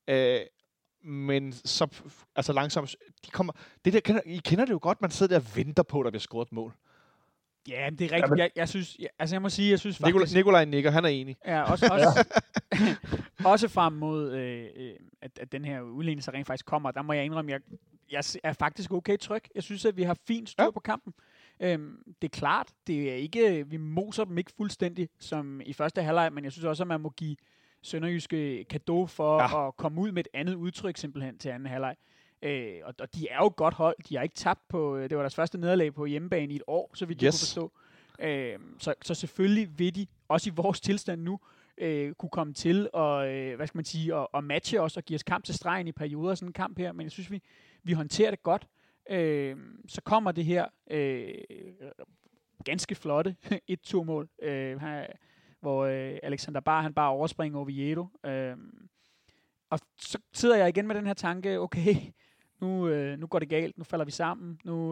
Men så altså langsomt, de kommer. Det der, I kender det jo godt, man sidder der og venter på, der bliver scoret et mål. Ja, det er rigtigt. Jeg synes, jeg må sige, jeg synes faktisk... Nikolaj nikker, han er enig. Ja, også frem mod, at den her udligning så rent faktisk kommer. Der må jeg indrømme, jeg er faktisk okay tryg. Jeg synes, at vi har fint styr på kampen. Det er klart, det er ikke, vi moser dem ikke fuldstændig som i første halvleg, men jeg synes også, at man må give Sønderjyske cadeau for at komme ud med et andet udtryk simpelthen til anden halvleg. Og de er jo et godt hold. De har ikke tabt på, det var deres første nederlag på hjemmebane i et år, så vidt jeg kunne forstå. Så selvfølgelig vil de, også i vores tilstand nu, kunne komme til at matche os og give os kamp til stregen i perioder, sådan en kamp her. Men jeg synes, vi håndterer det godt. Så kommer det her ganske flotte 1-2-mål, hvor Alexander Bar, han bare overspringer Oviedo. Og så sidder jeg igen med den her tanke, okay, nu går det galt, nu falder vi sammen, nu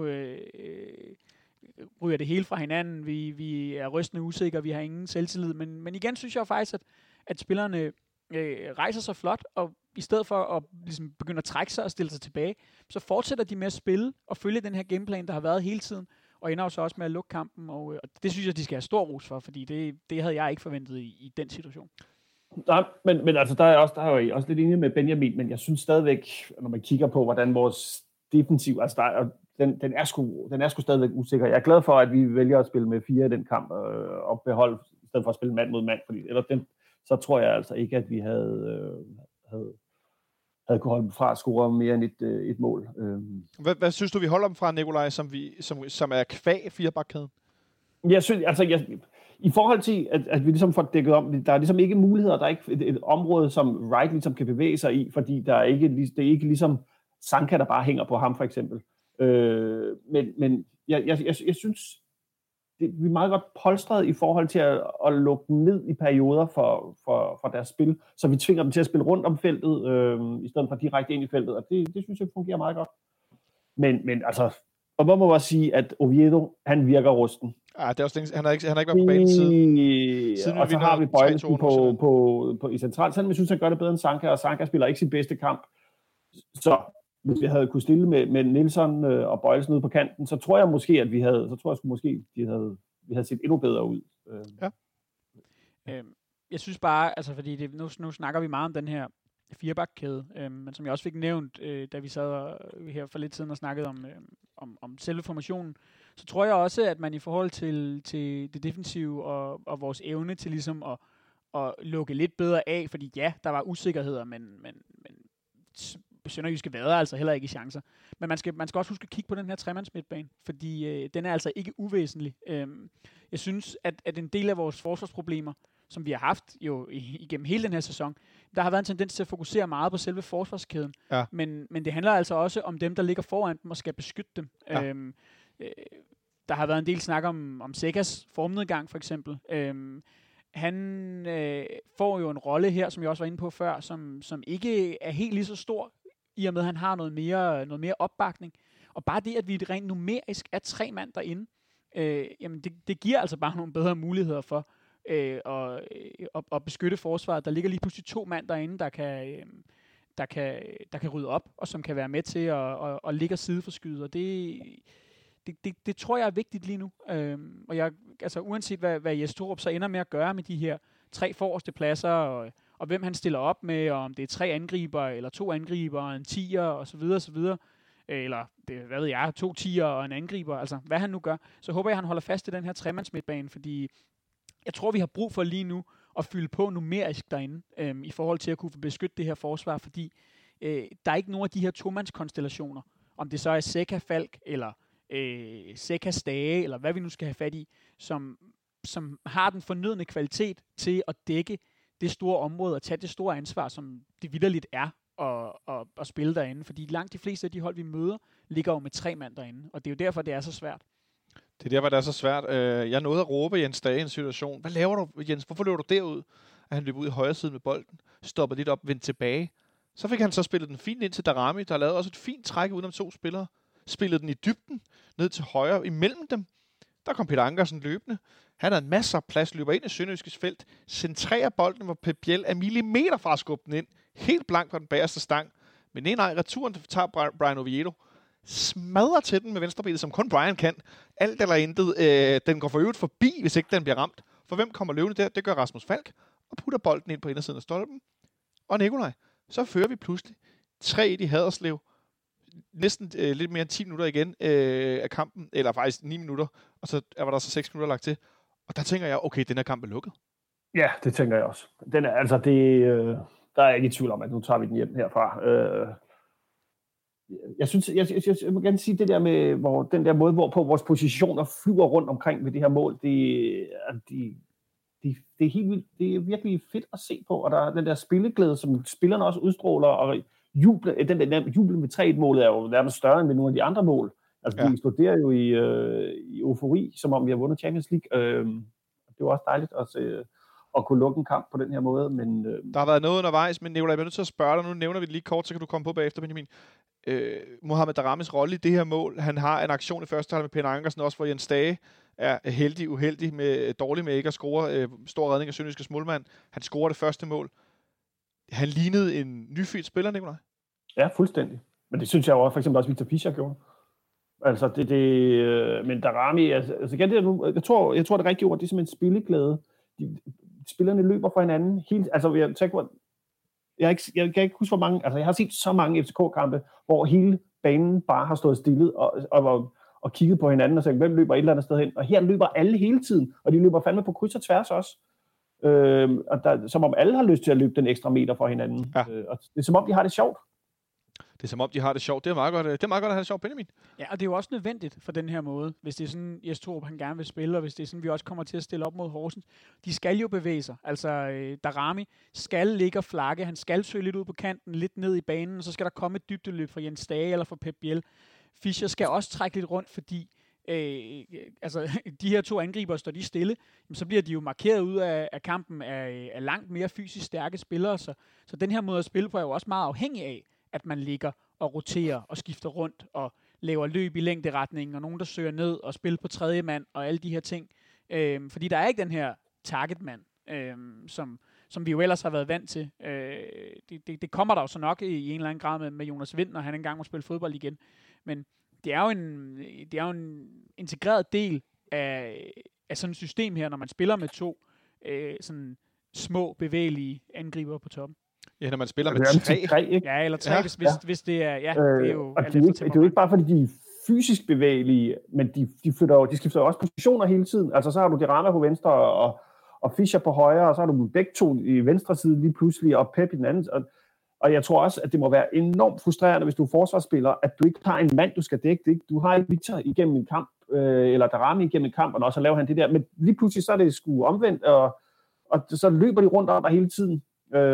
ryger det hele fra hinanden, vi er rystende usikre, vi har ingen selvtillid, men igen synes jeg faktisk, at spillerne rejser sig flot, og i stedet for at ligesom begynde at trække sig og stille sig tilbage, så fortsætter de med at spille og følge den her gameplan, der har været hele tiden, og ender så også med at lukke kampen, og det synes jeg, de skal have stor ros for, fordi det havde jeg ikke forventet i den situation. Nej, men altså, der er jo også lidt enig med Benjamin, men jeg synes stadigvæk, når man kigger på, hvordan vores defensiv, altså den er sgu stadigvæk usikker. Jeg er glad for, at vi vælger at spille med 4 i den kamp, og beholde, i stedet for at spille mand mod mand, fordi så tror jeg altså ikke, at vi havde kunne holde dem fra at score mere end et mål. Hvad synes du, vi holder dem fra, Nikolaj, som er kvæg 4-bakkæden? Jeg synes, altså, i forhold til, at vi ligesom får dækket om, der er ligesom ikke muligheder, der er ikke et område, som Wright ligesom kan bevæge sig i, fordi det er ikke ligesom Sanka, der bare hænger på ham, for eksempel. Men jeg synes, vi er meget godt polstret i forhold til at lukke dem ned i perioder for deres spil, så vi tvinger dem til at spille rundt om feltet, i stedet for direkte ind i feltet, og det synes jeg fungerer meget godt. Men altså, og man må bare sige, at Oviedo, han virker rusten. Det er også længe, han har ikke været på banen siden og så har vi Bøjlesen på i centralt. Sådan, jeg synes, han gør det bedre end Sanka, og Sanka spiller ikke sin bedste kamp. Så hvis vi havde kunne stille med Nielsen og Bøjlesen ude på kanten, så tror jeg måske, at vi havde set endnu bedre ud. Ja. Jeg synes bare, altså fordi nu snakker vi meget om den her firebakkæde, men som jeg også fik nævnt, da vi sad her for lidt siden og snakkede om selve formationen, så tror jeg også, at man i forhold til det defensive og vores evne til ligesom at lukke lidt bedre af, fordi ja, der var usikkerheder, men Sønderjyske vader altså heller ikke i chancer. Men man skal også huske at kigge på den her tremandsmidtbane, fordi den er altså ikke uvæsentlig. Jeg synes, at en del af vores forsvarsproblemer, som vi har haft jo igennem hele den her sæson, der har været en tendens til at fokusere meget på selve forsvarskæden. Ja. Men det handler altså også om dem, der ligger foran dem og skal beskytte dem. Ja. Der har været en del snak om Sekas formnedgang, for eksempel. Han får jo en rolle her, som jeg også var inde på før, som ikke er helt lige så stor, i og med, at han har noget mere opbakning. Og bare det, at vi rent numerisk er 3 mand derinde, jamen det giver altså bare nogle bedre muligheder for at beskytte forsvaret. Der ligger lige pludselig 2 mand derinde, der kan rydde op, og som kan være med til at ligge og sideforskyde. Og det tror jeg er vigtigt lige nu. Og altså uanset hvad Jes Torup så ender med at gøre med de her 3 forreste pladser, og hvem han stiller op med, og om det er 3 angriber, eller 2 angriber, og en 10'er, og så videre, så videre. Eller, hvad ved jeg, 2 10'er og en angriber. Altså, hvad han nu gør. Så håber jeg, han holder fast i den her tremandsmidtbane, fordi jeg tror, vi har brug for lige nu at fylde på numerisk derinde, i forhold til at kunne beskytte det her forsvar, fordi der er ikke nogen af de her tomandskonstellationer, om det så er Seca Falk, eller Seca Stage, eller hvad vi nu skal have fat i, som har den fornødne kvalitet til at dække det store område og tage det store ansvar, som det vitterligt er at spille derinde. Fordi langt de fleste af de hold, vi møder, ligger jo med 3 mand derinde, og det er jo derfor, det er så svært. Det er derfor, det er så svært. Jeg nåede at råbe Jens Dage i en situation. Hvad laver du, Jens? Hvorfor løber du derud? At han løb ud i højre side med bolden, stoppede lidt op, vendte tilbage. Så fik han så spillet den fint ind til Darami, der lavede også et fint træk udenom 2 spillere. Spillede den i dybden, ned til højre, imellem dem. Der kom Peter Ankersen løbende. Han havde masser af plads, løber ind i Sønderjyskes felt, centrerer bolden, hvor Pep Biel er millimeter fra at skubbe den ind, helt blank på den bagerste stang. Men nej, returen tager Brian Oviedo, smadrer til den med venstrebenet, som kun Brian kan. Alt eller intet. Den går for øvrigt forbi, hvis ikke den bliver ramt. For hvem kommer løvende der? Det gør Rasmus Falk, og putter bolden ind på indersiden af stolpen. Og Nikolaj, så fører vi pludselig 3-1 i Haderslev. Næsten lidt mere end 10 minutter igen af kampen, eller faktisk 9 minutter, og så var der så 6 minutter lagt til. Og der tænker jeg, okay, den her kamp er lukket. Ja, det tænker jeg også. Den er, altså, der er jeg ikke i tvivl om, at nu tager vi den hjem herfra. Jeg synes, jeg må gerne sige det der med, hvor den der måde, hvorpå vores positioner flyver rundt omkring ved det her mål, det er helt vildt. Det er virkelig fedt at se på, og der er den der spilleglæde, som spillerne også udstråler, og den der jublen ved 3-1-målet er jo nærmest større end ved nogle af de andre mål. Altså, vi eksploderer jo i eufori, som om vi har vundet Champions League. Det er jo også dejligt at kunne lukke en kamp på den her måde. Men, der har været noget undervejs, men Nikolaj, jeg er nødt til at spørge dig. Nu nævner vi det lige kort, så kan du komme på bagefter, Benjamin. Mohamed Daramis rolle i det her mål. Han har en aktion i første halvleg med Peter Ankersen, også hvor Jens Dage er uheldig dårlig med ikke at score. Stor redning af Sønderjyskes målmand. Han scorer det første mål. Han lignede en nyfødt spiller, Nikolaj. Ja, fuldstændig. Men det synes jeg jo for eksempel også Victor Fischer gjorde. Altså men Darami, altså igen, jeg tror det rigtige ord, det er simpelthen spilleglæde. Spillerne løber fra hinanden helt, altså jeg kan ikke huske hvor mange, altså jeg har set så mange FCK-kampe, hvor hele banen bare har stået stille og kigget på hinanden og sagt, hvem løber et eller andet sted hen, og her løber alle hele tiden, og de løber fandme på kryds og tværs også. Og som om alle har lyst til at løbe den ekstra meter fra hinanden. Ja. Og det er som om de har det sjovt. Det er som om, de har det sjovt. Det er meget godt, at have det sjovt, Benjamin. Ja, og det er jo også nødvendigt for den her måde, hvis det er sådan, Jes Torup han gerne vil spille, og hvis det er sådan, vi også kommer til at stille op mod Horsens. De skal jo bevæge sig. Altså, Darami skal ligge og flakke. Han skal søge lidt ud på kanten, lidt ned i banen, og så skal der komme et dybdeløb fra Jens Dage eller fra Pep Biel. Fischer skal også trække lidt rundt, fordi de her 2 angriber, står de stille, så bliver de jo markeret ud af kampen af langt mere fysisk stærke spillere. Så den her måde at spille på er jo også meget afhængig af, at man ligger og roterer og skifter rundt og laver løb i længderetningen, og nogen, der søger ned og spiller på tredje mand, og alle de her ting. Fordi der er ikke den her targetmand, som vi jo ellers har været vant til. Det kommer der jo så nok i en eller anden grad med Jonas Wind, når han engang må spille fodbold igen. Men det er jo en integreret del af sådan et system her, når man spiller med to sådan små, bevægelige angriber på toppen. Ja, når man spiller med tre. Ikke? Ja, eller tre, hvis det er... Ja, det er jo... det er jo ikke bare, fordi de er fysisk bevægelige, men de skifter jo også positioner hele tiden. Altså, så har du Dirama på venstre, og Fischer på højre, og så har du begge to i venstre side lige pludselig, og Pep i den anden. Og jeg tror også, at det må være enormt frustrerende, hvis du er forsvarsspiller, at du ikke har en mand, du skal dække det. Du har ikke Victor igennem en kamp, eller Darami igennem en kamp, og så laver han det der. Men lige pludselig så er det sgu omvendt, og så løber de rundt om dig hele tiden.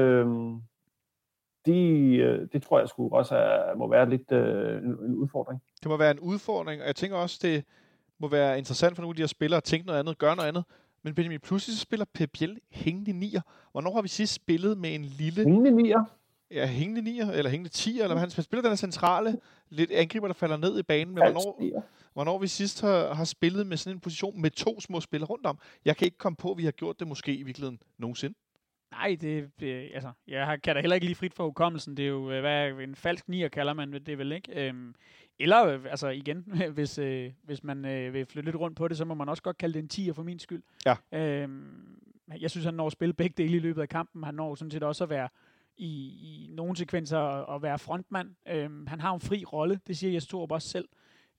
Det tror jeg sgu også må være lidt en udfordring. Det må være en udfordring, og jeg tænker også, det må være interessant for nogle af de her spillere at tænke noget andet, gøre noget andet. Men Benjamin, pludselig så spiller Pep Biel hængende nier. Hvornår har vi sidst spillet med en lille... Hængende nier? Ja, hængende nier, eller hængende tier, eller hvad han spiller, den er centrale, lidt angriber, der falder ned i banen. Men hvornår vi sidst har spillet med sådan en position med to små spillere rundt om? Jeg kan ikke komme på, at vi har gjort det måske i virkeligheden nogensinde. Nej, altså, jeg kan da heller ikke lige frit for hukommelsen. Det er jo, hvad en falsk nier kalder man det vel ikke. Eller, altså igen, hvis man vil flytte lidt rundt på det, så må man også godt kalde det en tier for min skyld. Ja. Jeg synes, han når at spille begge dele i løbet af kampen. Han når sådan set også at være i nogle sekvenser at være frontmand. Han har en fri rolle, det siger Jes Torup også selv.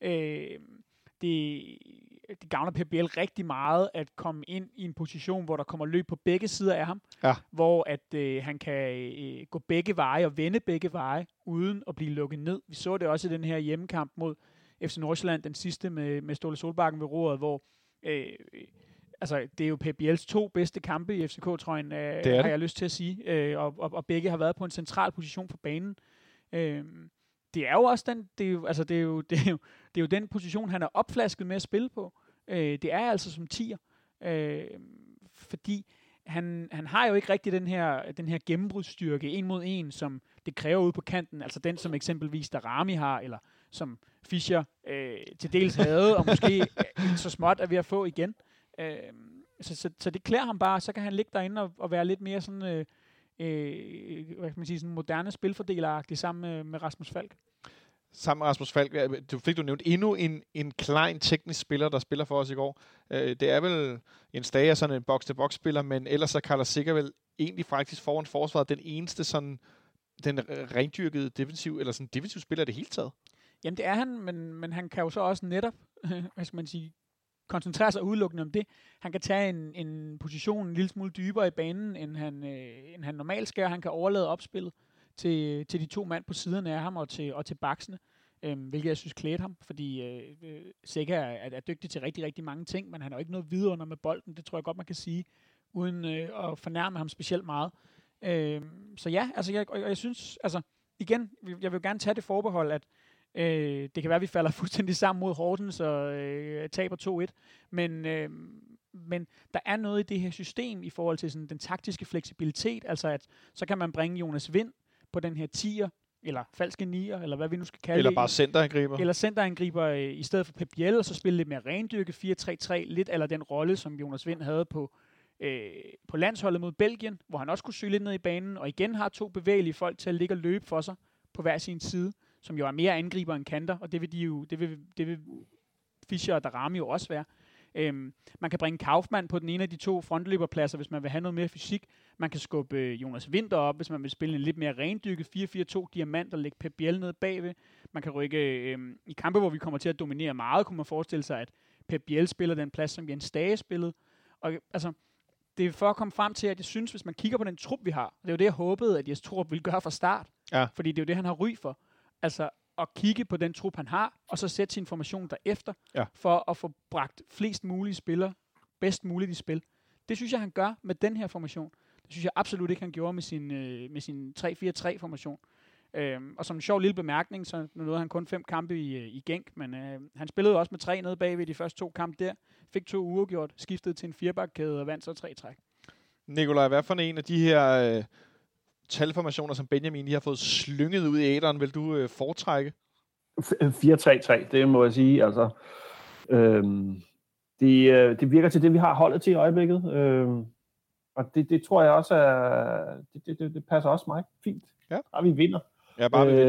Det gavner Pep Biel rigtig meget at komme ind i en position, hvor der kommer løb på begge sider af ham, hvor at han kan gå begge veje og vende begge veje, uden at blive lukket ned. Vi så det også i den her hjemmekamp mod FC Nordsjælland, den sidste med Ståle Solbakken ved roret, hvor altså, det er jo Pep Biels 2 bedste kampe i FCK-trøjen, har jeg lyst til at sige, og begge har været på en central position på banen. Det er jo også det er jo den position, han er opflasket med at spille på. Det er altså som tier, fordi han har jo ikke rigtig den her gennembrudsstyrke 1 mod 1, som det kræver ude på kanten, altså den, som eksempelvis Darami har, eller som Fischer til dels havde, og måske så småt er ved at få igen. Så det klæder ham bare, så kan han ligge derinde og være lidt mere sådan, hvad kan man sige, sådan moderne spilfordeleragtig sammen med Rasmus Falk. Sammen med Rasmus Falk, du nævnt endnu en klein teknisk spiller, der spiller for os i går. Det er vel en Stage, sådan en box-to-box-spiller, men ellers så kalder Sikker vel egentlig faktisk foran forsvaret den eneste sådan, den rendyrkede defensiv, eller sådan defensiv spiller i det hele taget. Jamen det er han, men han kan jo så også netop, hvad skal man sige, koncentrere sig udelukkende om det. Han kan tage en position en lille smule dybere i banen, end han normalt skal. Han kan overlade opspillet til de 2 mand på siderne af ham og til baksene, hvilket jeg synes klædte ham, fordi Sikker er dygtig til rigtig, rigtig mange ting, men han har jo ikke noget vidunder med bolden, det tror jeg godt, man kan sige, uden at fornærme ham specielt meget. Så ja, altså jeg synes, altså igen, jeg vil gerne tage det forbehold, at det kan være, at vi falder fuldstændig sammen mod Horsens og taber 2-1, men der er noget i det her system i forhold til sådan den taktiske fleksibilitet, altså at så kan man bringe Jonas Wind på den her 10'er, eller falske 9'er, eller hvad vi nu skal kalde det. Eller bare centerangriber. Eller centerangriber i stedet for Pep Biel, og så spille lidt mere rendyrket 4-3-3, lidt eller den rolle, som Jonas Wind havde på landsholdet mod Belgien, hvor han også kunne søge lidt ned i banen, og igen har 2 bevægelige folk til at ligge og løbe for sig på hver sin side, som jo er mere angriber end kanter, og det vil Fischer og Darami jo også være. Man kan bringe Kaufmann på den ene af de 2 frontløberpladser, hvis man vil have noget mere fysik. Man kan skubbe Jonas Winter op, hvis man vil spille en lidt mere rendyrket 4-4-2 diamant og lægge Pep Biel ned bagved. Man kan rykke i kampe, hvor vi kommer til at dominere meget, kunne man forestille sig, at Pep Biel spiller den plads, som Jens Stage spillede. Og altså, det er for at komme frem til, at jeg synes, hvis man kigger på den trup, vi har, det er jo det, jeg håbede, at Jes Torup ville gøre fra start. Ja. Fordi det er jo det, han har ry for. Altså, at kigge på den trup, han har, og så sætte sin formation derefter, for at få bragt flest mulige spillere bedst muligt i spil. Det synes jeg, han gør med den her formation. Det synes jeg absolut ikke, han gjorde med sin 3-4-3-formation. Og som en sjov lille bemærkning, så nåede han kun 5 kampe i Genk, men han spillede også med 3 nede bagved de første 2 kampe der, fik 2 uafgjort, skiftede til en 4-bakkæde og vandt så 3 træk. Nikolaj, hvad for en af de her talformationer, som Benjamin lige har fået slynget ud i æteren, vil du foretrække? 4-3-3, det må jeg sige. Altså, det virker til det, vi har holdet til i øjeblikket. Og det tror jeg også det passer også meget fint. Ja. Bare vi vinder. Ja, bare vi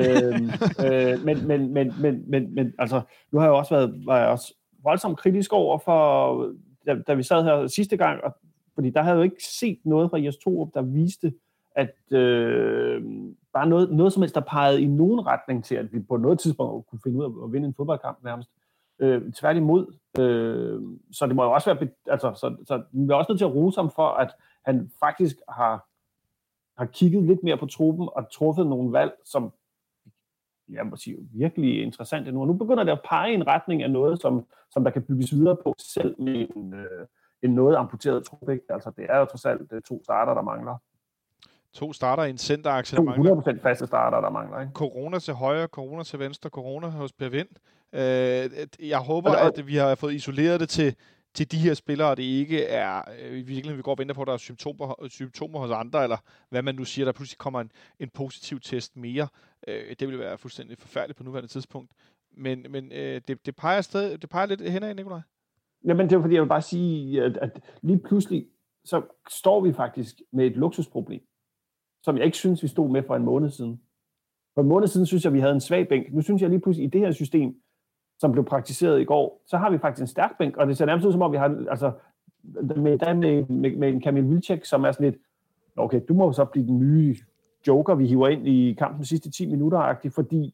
vinder. Men altså, nu har jeg også var jeg også voldsomt kritisk over for, da vi sad her sidste gang, fordi der havde jeg jo ikke set noget fra Jes Torup, der viste, at bare noget som helst, der pegede i nogen retning til, at vi på noget tidspunkt kunne finde ud af at vinde en fodboldkamp nærmest. Tværtimod. Så det må jo også være, så vi er også nødt til at rose ham for, at han faktisk har kigget lidt mere på truppen og truffet nogle valg, som jeg må sige, virkelig interessante nu. Og nu begynder det at pege i en retning af noget, som der kan bygges videre på, selv med en noget amputeret trup. Altså, det er jo trods alt 2 starter, der mangler. 2 starter i en centerakse, der mangler. 100% faste starter, der mangler. Ikke? Corona til højre, corona til venstre, corona hos Per Vind. Jeg håber, at vi har fået isoleret det til de her spillere, og det ikke er, virkelig vi går og venter på, at der er symptomer hos andre, eller hvad man nu siger, der pludselig kommer en positiv test mere. Det vil være fuldstændig forfærdeligt på nuværende tidspunkt. Men det peger lidt henad, Nikolaj. Jamen, det er fordi, jeg vil bare sige, at lige pludselig, så står vi faktisk med et luksusproblem, som jeg ikke synes, vi stod med for en måned siden. For en måned siden synes jeg, vi havde en svag bænk. Nu synes jeg lige pludselig, i det her system, som blev praktiseret i går, så har vi faktisk en stærk bænk, og det ser nærmest ud som om, vi har altså, med en Kamil Vilcek, som er sådan lidt, okay, du må så blive den nye joker, vi hiver ind i kampen de sidste 10 minutter-agtigt, fordi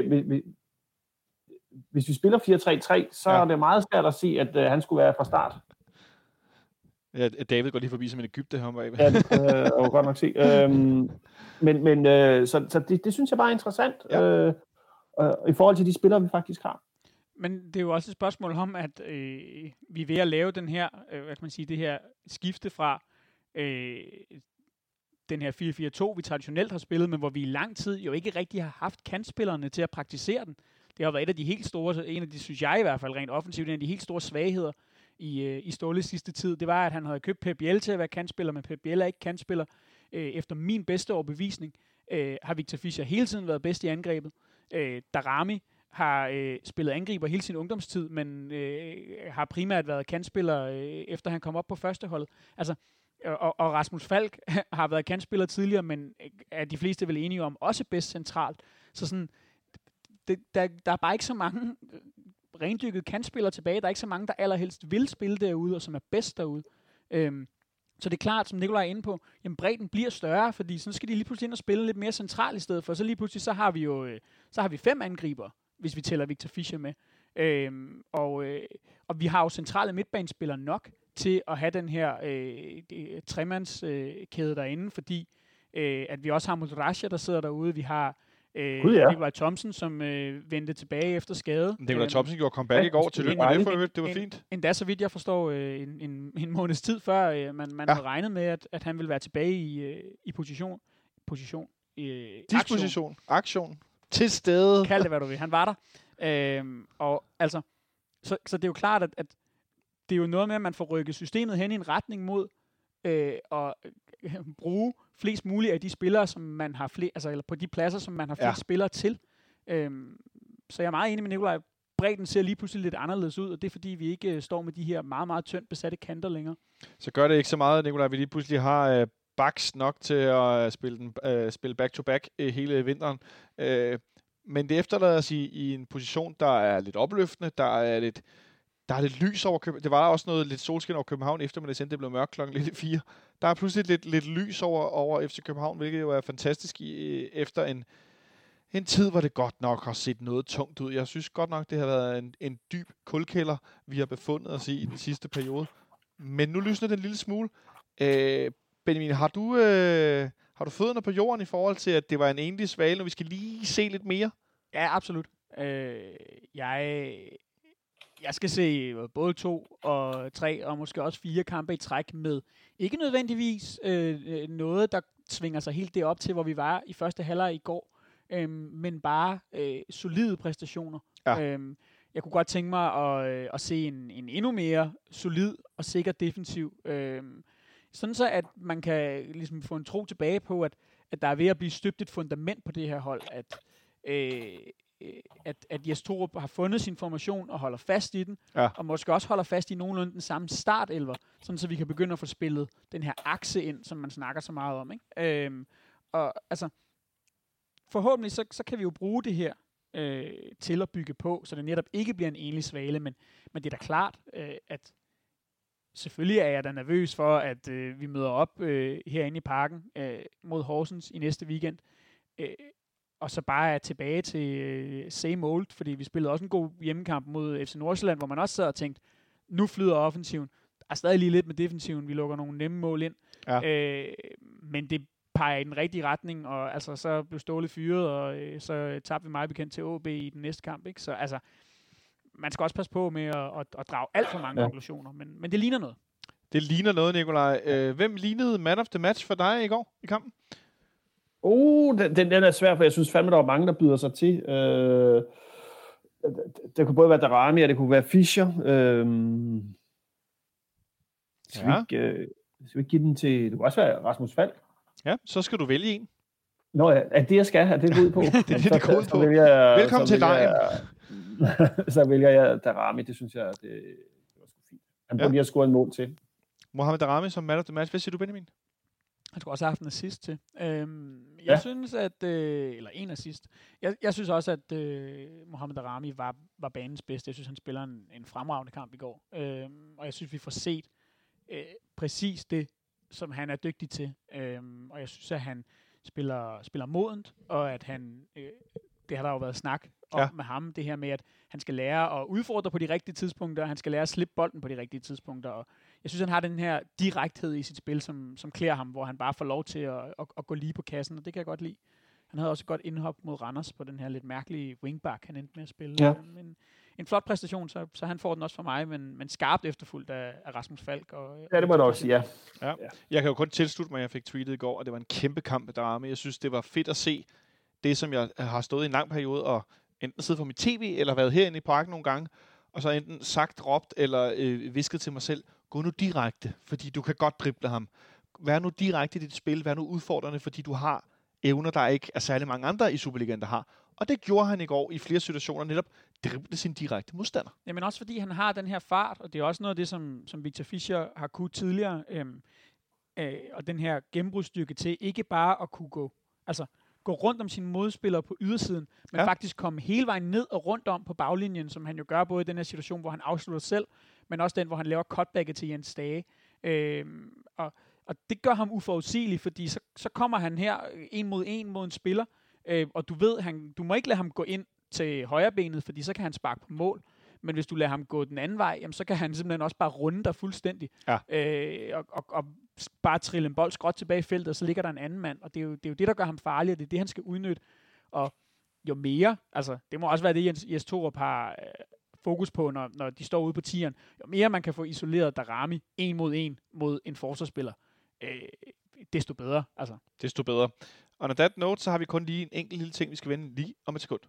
hvis vi spiller 4-3-3, så er det meget svært at se, at han skulle være fra start. Ja, David går lige forbi som en Egypte her bag. Ja, det var godt nok se. Så det synes jeg bare er interessant, i forhold til de spillere, vi faktisk har. Men det er jo også et spørgsmål om, at vi er ved at lave den her, hvad kan man sige, det her skifte fra den her 4-4-2, vi traditionelt har spillet, men hvor vi i lang tid jo ikke rigtig har haft kantspillerne til at praktisere den. Det har været et af de helt store, en af de, synes jeg i hvert fald rent offensivt, en af de helt store svagheder i Ståles sidste tid. Det var, at han havde købt Pep Biel til at være kantspiller, men Pep Biel er ikke kantspiller. Efter min bedste overbevisning har Victor Fischer hele tiden været bedst i angrebet. Darami har spillet angriber hele sin ungdomstid, men har primært været kantspiller, efter han kom op på førsteholdet. Altså, og Rasmus Falk har været kantspiller tidligere, men er de fleste vel enige om, også bedst centralt. Så sådan, der er bare ikke så mange rendyrkede kantspillere tilbage. Der er ikke så mange, der allerhelst vil spille derude, og som er bedst derude. Så det er klart, som Nikolaj er inde på, jamen bredden bliver større, fordi så skal de lige pludselig ind og spille lidt mere centralt i stedet for. Så lige pludselig, så har vi 5 angriber, hvis vi tæller Victor Fischer med. Og vi har jo centrale midtbanespillere nok til at have den her tremandskæde derinde, fordi at vi også har Mudrasja, der sidder derude. Vi har Nikolaj Thomsen, som vendte tilbage efter skade. Nikolaj Thomsen gjorde comeback i går. Tillykke med det, for det var fint. Endda så vidt jeg forstår, en måneds tid før man havde regnet med, at han ville være tilbage i disposition. Aktion. Til stede. Kald det, hvad du vil. Han var der. Og altså, så det er jo klart, at det er jo noget med, at man får rykket systemet hen i en retning mod at bruge flest muligt af de spillere, som man har eller på de pladser, som man har flest spillere til. Så jeg er meget enig med Nikolaj. Bredden ser lige pludselig lidt anderledes ud, og det er fordi, vi ikke står med de her meget, meget tyndt besatte kanter længere. Så gør det ikke så meget, Nikolaj, vi lige pludselig har backs nok til at spille back-to-back hele vinteren. Men det efterlader os i en position, der er lidt opløftende, der er lidt lys over København. Det var også lidt solskin over København eftermiddags, det blev mørkt klokken lidt 4. Der er pludselig lidt lys over FC København, hvilket jo er fantastisk efter en tid, hvor det godt nok har set noget tungt ud. Jeg synes godt nok, det har været en dyb kulkælder, vi har befundet os i den sidste periode. Men nu lysner det en lille smule. Benjamin, har du fødderne på jorden i forhold til, at det var en enlig svale, når vi skal lige se lidt mere? Ja, absolut. Jeg skal se både 2 og 3 og måske også 4 kampe i træk med ikke nødvendigvis noget, der svinger sig helt derop til, hvor vi var i første halvleg i går, men bare solide præstationer. Ja. Jeg kunne godt tænke mig at se en endnu mere solid og sikker defensiv, sådan så at man kan ligesom få en tro tilbage på, at der er ved at blive støbt et fundament på det her hold, at at Jes Torup har fundet sin formation og holder fast i den, Ja. og måske også holder fast i nogenlunde den samme startelver, sådan så vi kan begynde at få spillet den her akse ind, som man snakker så meget om. Ikke? Og altså, forhåbentlig så kan vi jo bruge det her til at bygge på, så det netop ikke bliver en enlig svale, men det er da klart, at selvfølgelig er jeg da nervøs for, at vi møder op herinde i parken mod Horsens i næste weekend, og så bare er tilbage til same old, fordi vi spillede også en god hjemmekamp mod FC Nordsjælland, hvor man også sad og tænkte, nu flyder offensiven. Der er stadig lige lidt med defensiven, vi lukker nogle nemme mål ind, men det peger i den rigtige retning, og altså, så blev Ståle fyret, og så tabte vi meget bekendt til AB i den næste kamp. Ikke? Så altså, man skal også passe på med at drage alt for mange konklusioner, men det ligner noget. Det ligner noget, Nikolaj. Hvem lignede man of the match for dig i går i kampen? Den er svær, for jeg synes fandme, der var mange, der byder sig til. Det kunne både være Darami, og det kunne være Fischer. Skal vi ikke give den til... Det kunne også være Rasmus Falk. Ja, så skal du vælge en. Nå, er det, jeg skal have? Det går ud på. det går ud på. Velkommen til dig. Så vælger jeg Darami. Det synes jeg, det var sgu fint. Han burde lige have scoret en mål til. Mohamed Darami som man of the match. Hvad siger du, Benjamin? Han skulle også have haft en assist til. Jeg synes, at... eller en assist. Jeg synes også, at Mohamed Darami var banens bedste. Jeg synes, han spiller en fremragende kamp i går. Og jeg synes, vi får set præcis det, som han er dygtig til. Og jeg synes, at han spiller modent, og at han... det har der jo været snak om med ham, det her med, at han skal lære at udfordre på de rigtige tidspunkter, og han skal lære at slippe bolden på de rigtige tidspunkter. Og jeg synes, han har den her direkthed i sit spil, som klæder ham, hvor han bare får lov til at gå lige på kassen, og det kan jeg godt lide. Han havde også et godt indhop mod Randers på den her lidt mærkelige wingback, han endte med at spille. Ja. En flot præstation, så han får den også for mig, men skarpt efterfulgt af Rasmus Falk. Ja, det må jeg også sige, ja. Jeg kan jo kun tilslutte mig, at jeg fik tweetet i går, og det var en kæmpe kamp med Darami. Jeg synes, det var fedt at se det, som jeg har stået i en lang periode, og enten siddet på mit tv, eller været herinde i parken nogle gange, og så enten sagt, råbt, eller visket til mig selv, gå nu direkte, fordi du kan godt drible ham. Vær nu direkte i dit spil, vær nu udfordrende, fordi du har evner, der ikke er særlig mange andre i Superligaen, der har. Og det gjorde han i går i flere situationer, netop drible sin direkte modstander. Jamen også fordi han har den her fart, og det er også noget af det, som Victor Fischer har kunnet tidligere, og den her gennembrudsstyrke til ikke bare at kunne gå rundt om sine modspillere på ydersiden, men faktisk komme hele vejen ned og rundt om på baglinjen, som han jo gør både i den her situation, hvor han afslutter selv, men også den, hvor han laver cutbacket til Jens Dage. Og det gør ham uforudsigelig, fordi så kommer han her en mod en spiller, og du ved, du må ikke lade ham gå ind til højrebenet, fordi så kan han sparke på mål. Men hvis du lader ham gå den anden vej, jamen, så kan han simpelthen også bare runde dig fuldstændig. Og bare trille en bold skråt tilbage i feltet, og så ligger der en anden mand. Og det er jo det, der gør ham farlig, og det er det, han skal udnytte. Og jo mere, det må også være det, Jes Torup har fokus på, når de står ude på tieren. Jo mere man kan få isoleret Darami en mod en forsvarsspiller, desto bedre. Desto bedre. Og når that note, så har vi kun lige en enkelt lille ting, vi skal vende lige om et sekund.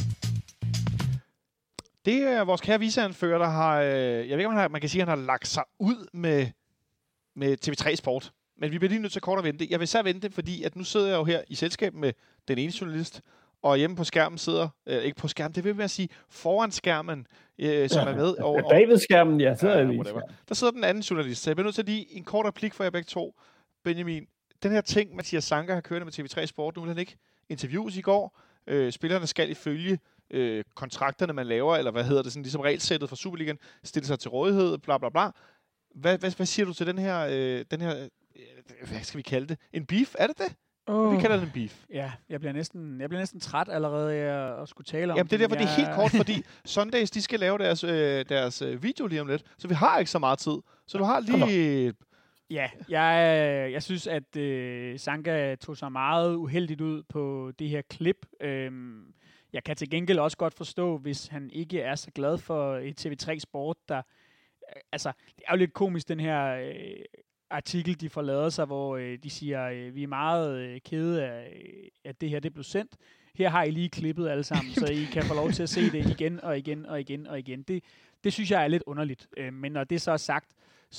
Det er vores kære viceanfører, der har... jeg ved ikke, om man kan sige, at han har lagt sig ud med TV3 Sport. Men vi bliver lige nødt til kort at vente. Jeg vil så vente, fordi at nu sidder jeg jo her i selskab med den ene journalist, og hjemme på skærmen sidder... ikke på skærmen, det vil jeg sige foran skærmen, som er med. Og bagved skærmen, ja. Der sidder den anden journalist, så jeg bliver nødt til lige en kort replik for jer begge to. Benjamin, den her ting, Mathias Sanka har kørt med TV3 Sport, nu vil han ikke interviews i går. Spillerne skal ifølge kontrakterne, man laver, eller hvad hedder det, sådan ligesom regelsættet for Superligaen, stille sig til rådighed, bla bla bla. Hvad siger du til den her, hvad skal vi kalde det? En beef? Er det det? Vi kalder det en beef. Ja, jeg bliver næsten træt allerede af at skulle tale om. Jamen det er derfor, det er helt kort, fordi Sundays, de skal lave deres video lige om lidt, så vi har ikke så meget tid. Så du har lige... Ja, jeg synes, at Sanka tog sig meget uheldigt ud på det her klip. Jeg kan til gengæld også godt forstå, hvis han ikke er så glad for et TV3 Sport, der... det er jo lidt komisk, den her artikel, de får lavet sig, hvor de siger, vi er meget kede af, at det her det blev sendt. Her har I lige klippet alle sammen, så I kan få lov til at se det igen og igen og igen og igen. Det synes jeg er lidt underligt. Men når det så er sagt,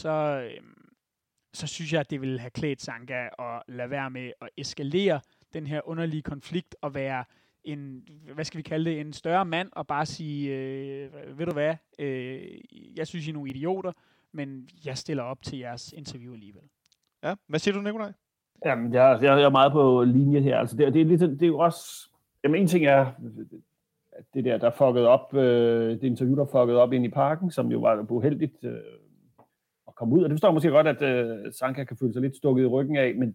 så synes jeg, at det ville have klædt Sanka at lade være med at eskalere den her underlige konflikt og være hvad skal vi kalde det, en større mand, og bare sige, ved du hvad, jeg synes, I er nogle idioter, men jeg stiller op til jeres interview alligevel. Ja, hvad siger du, Nikolaj? Jamen, jeg er meget på linje her. Altså, det er jo også... Jamen, en ting er, at det der fuckede op, det interview, der fuckede op ind i parken, som jo var uheldigt at komme ud. Og det forstår måske godt, at Sanka kan føle sig lidt stukket i ryggen af, men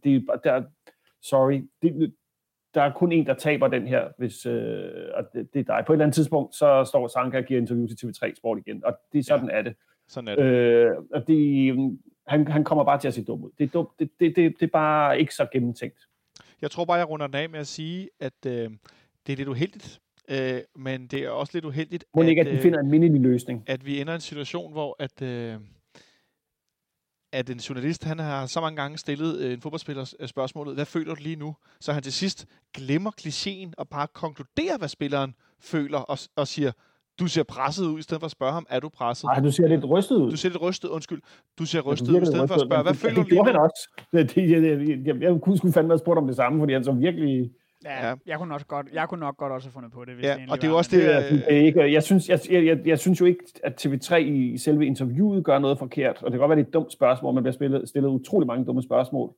der er kun en, der taber den her, hvis og det er dig. På et eller andet tidspunkt, så står Sanka og giver interview til TV3 Sport igen, og det er sådan er det. Sådan er det. Og han kommer bare til at se dum ud. Det er dumt. Det er bare ikke så gennemtænkt. Jeg tror bare, jeg runder den af med at sige, at det er lidt uheldigt, men det er også lidt uheldigt, Må ikke, at de finder en mindelig løsning. At vi ender i en situation, hvor at en journalist, han har så mange gange stillet en fodboldspiller spørgsmålet, hvad føler du lige nu? Så han til sidst glemmer klichéen og bare konkluderer, hvad spilleren føler, og siger, du ser presset ud, i stedet for at spørge ham, er du presset? Nej, du ser lidt rystet ud. Du ser lidt rystet, undskyld. Du ser rystet ud, i stedet for at spørge, hvad føler du lige nu? Det gjorde han også. Jeg kunne sgu fandme have spurgt om det samme, fordi han så virkelig... Ja, jeg kunne nok godt også have fundet på det, hvis ja, det og det er jo også det... Jeg synes jo ikke, at TV3 i selve interviewet gør noget forkert, og det kan godt være, det er et dumt spørgsmål, man bliver stillet utrolig mange dumme spørgsmål.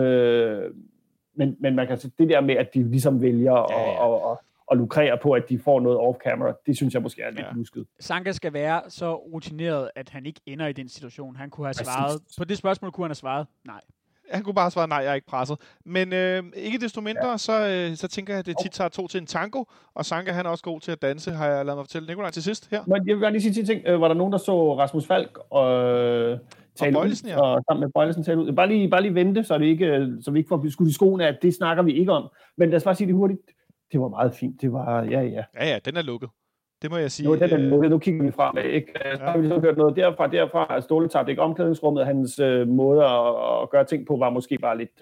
Men man kan se det der med, at de ligesom vælger at lukrere på, at de får noget off-camera, det synes jeg måske er lidt lusket. Sanka skal være så rutineret, at han ikke ender i den situation. Han kunne have svaret... På det spørgsmål kunne han have svaret nej. Han kunne bare svare, nej, jeg er ikke presset. Men ikke desto mindre, så tænker jeg, at det tit tager 2 til en tango, og Sanka, han er også god til at danse, har jeg ladet mig fortælle. Nikolaj, til sidst her. Jeg vil gerne lige sige ting. Var der nogen, der så Rasmus Falk tale Bøjlesen, ud, og sammen med Bøjlesen tale ud? Bare lige vente, så vi ikke får skudt i skoene, at det snakker vi ikke om. Men lad os bare sige det hurtigt. Det var meget fint. Det var, Ja, den er lukket. Det må jeg sige. Nu kigger vi frem. Ikke? Så har vi ligesom hørt noget derfra. Ståle tabte ikke omklædningsrummet. Hans måde at gøre ting på var måske bare lidt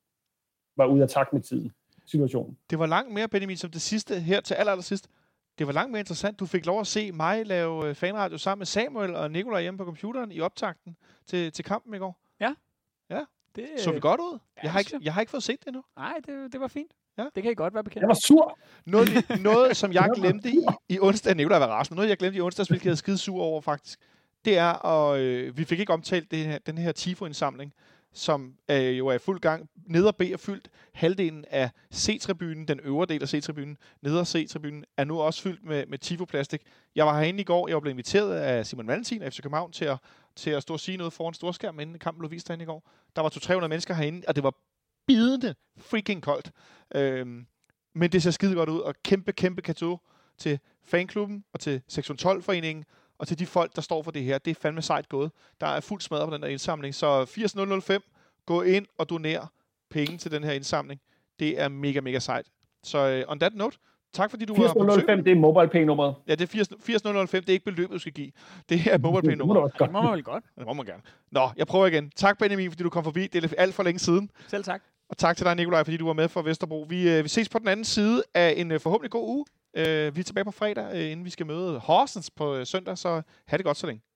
var ude af takt med tiden. Situationen. Det var langt mere, Benjamin, som det sidste her til allersidst. Det var langt mere interessant. Du fik lov at se mig lave fanradio sammen med Samuel og Nikolaj hjemme på computeren i optakten til kampen i går. Ja. Det så vi godt ud. Ja, jeg har ikke fået set det endnu. Nej, det var fint. Ja. Det kan I godt være bekendt. Jeg var sur. Noget som jeg glemte i onsdag, Nikolaj var rasende, noget jeg glemte i onsdags, hvilket jeg er skide sur over faktisk, det er, og vi fik ikke omtalt den her Tifo-indsamling, som jo er i fuld gang. Neder B er fyldt. Halvdelen af C-tribunen, den øvre del af C-tribunen, neder C-tribunen, er nu også fyldt med Tifo-plastik. Jeg var herinde i går, jeg var blevet inviteret af Simon Valentin af FC København til at stå og sige noget foran storskærm, inden kampen blev vist herinde i går. Der var 200-300 mennesker herinde, og det var bidende freaking koldt. Men det ser skide godt ud, og kæmpe kateau til fanklubben og til sektion 12-foreningen, og til de folk, der står for det her. Det er fandme sejt gået. Der er fuld smadret på den der indsamling. Så 80005, gå ind og doner penge til den her indsamling. Det er mega sejt. Så on that note, tak fordi du var på besøg. 8005, det er MobilePay-nummeret. Ja, det er 8005, det er ikke beløbet, du skal give. Det er MobilePay-nummeret. Det må man vel godt. Det må man gerne. Nå, jeg prøver igen. Tak, Benjamin, fordi du kom forbi. Det er alt for længe siden. Selv tak. Og tak til dig, Nikolaj, fordi du var med fra Vesterbro. Vi ses på den anden side af en forhåbentlig god uge. Vi er tilbage på fredag, inden vi skal møde Horsens på søndag, så ha' det godt så længe.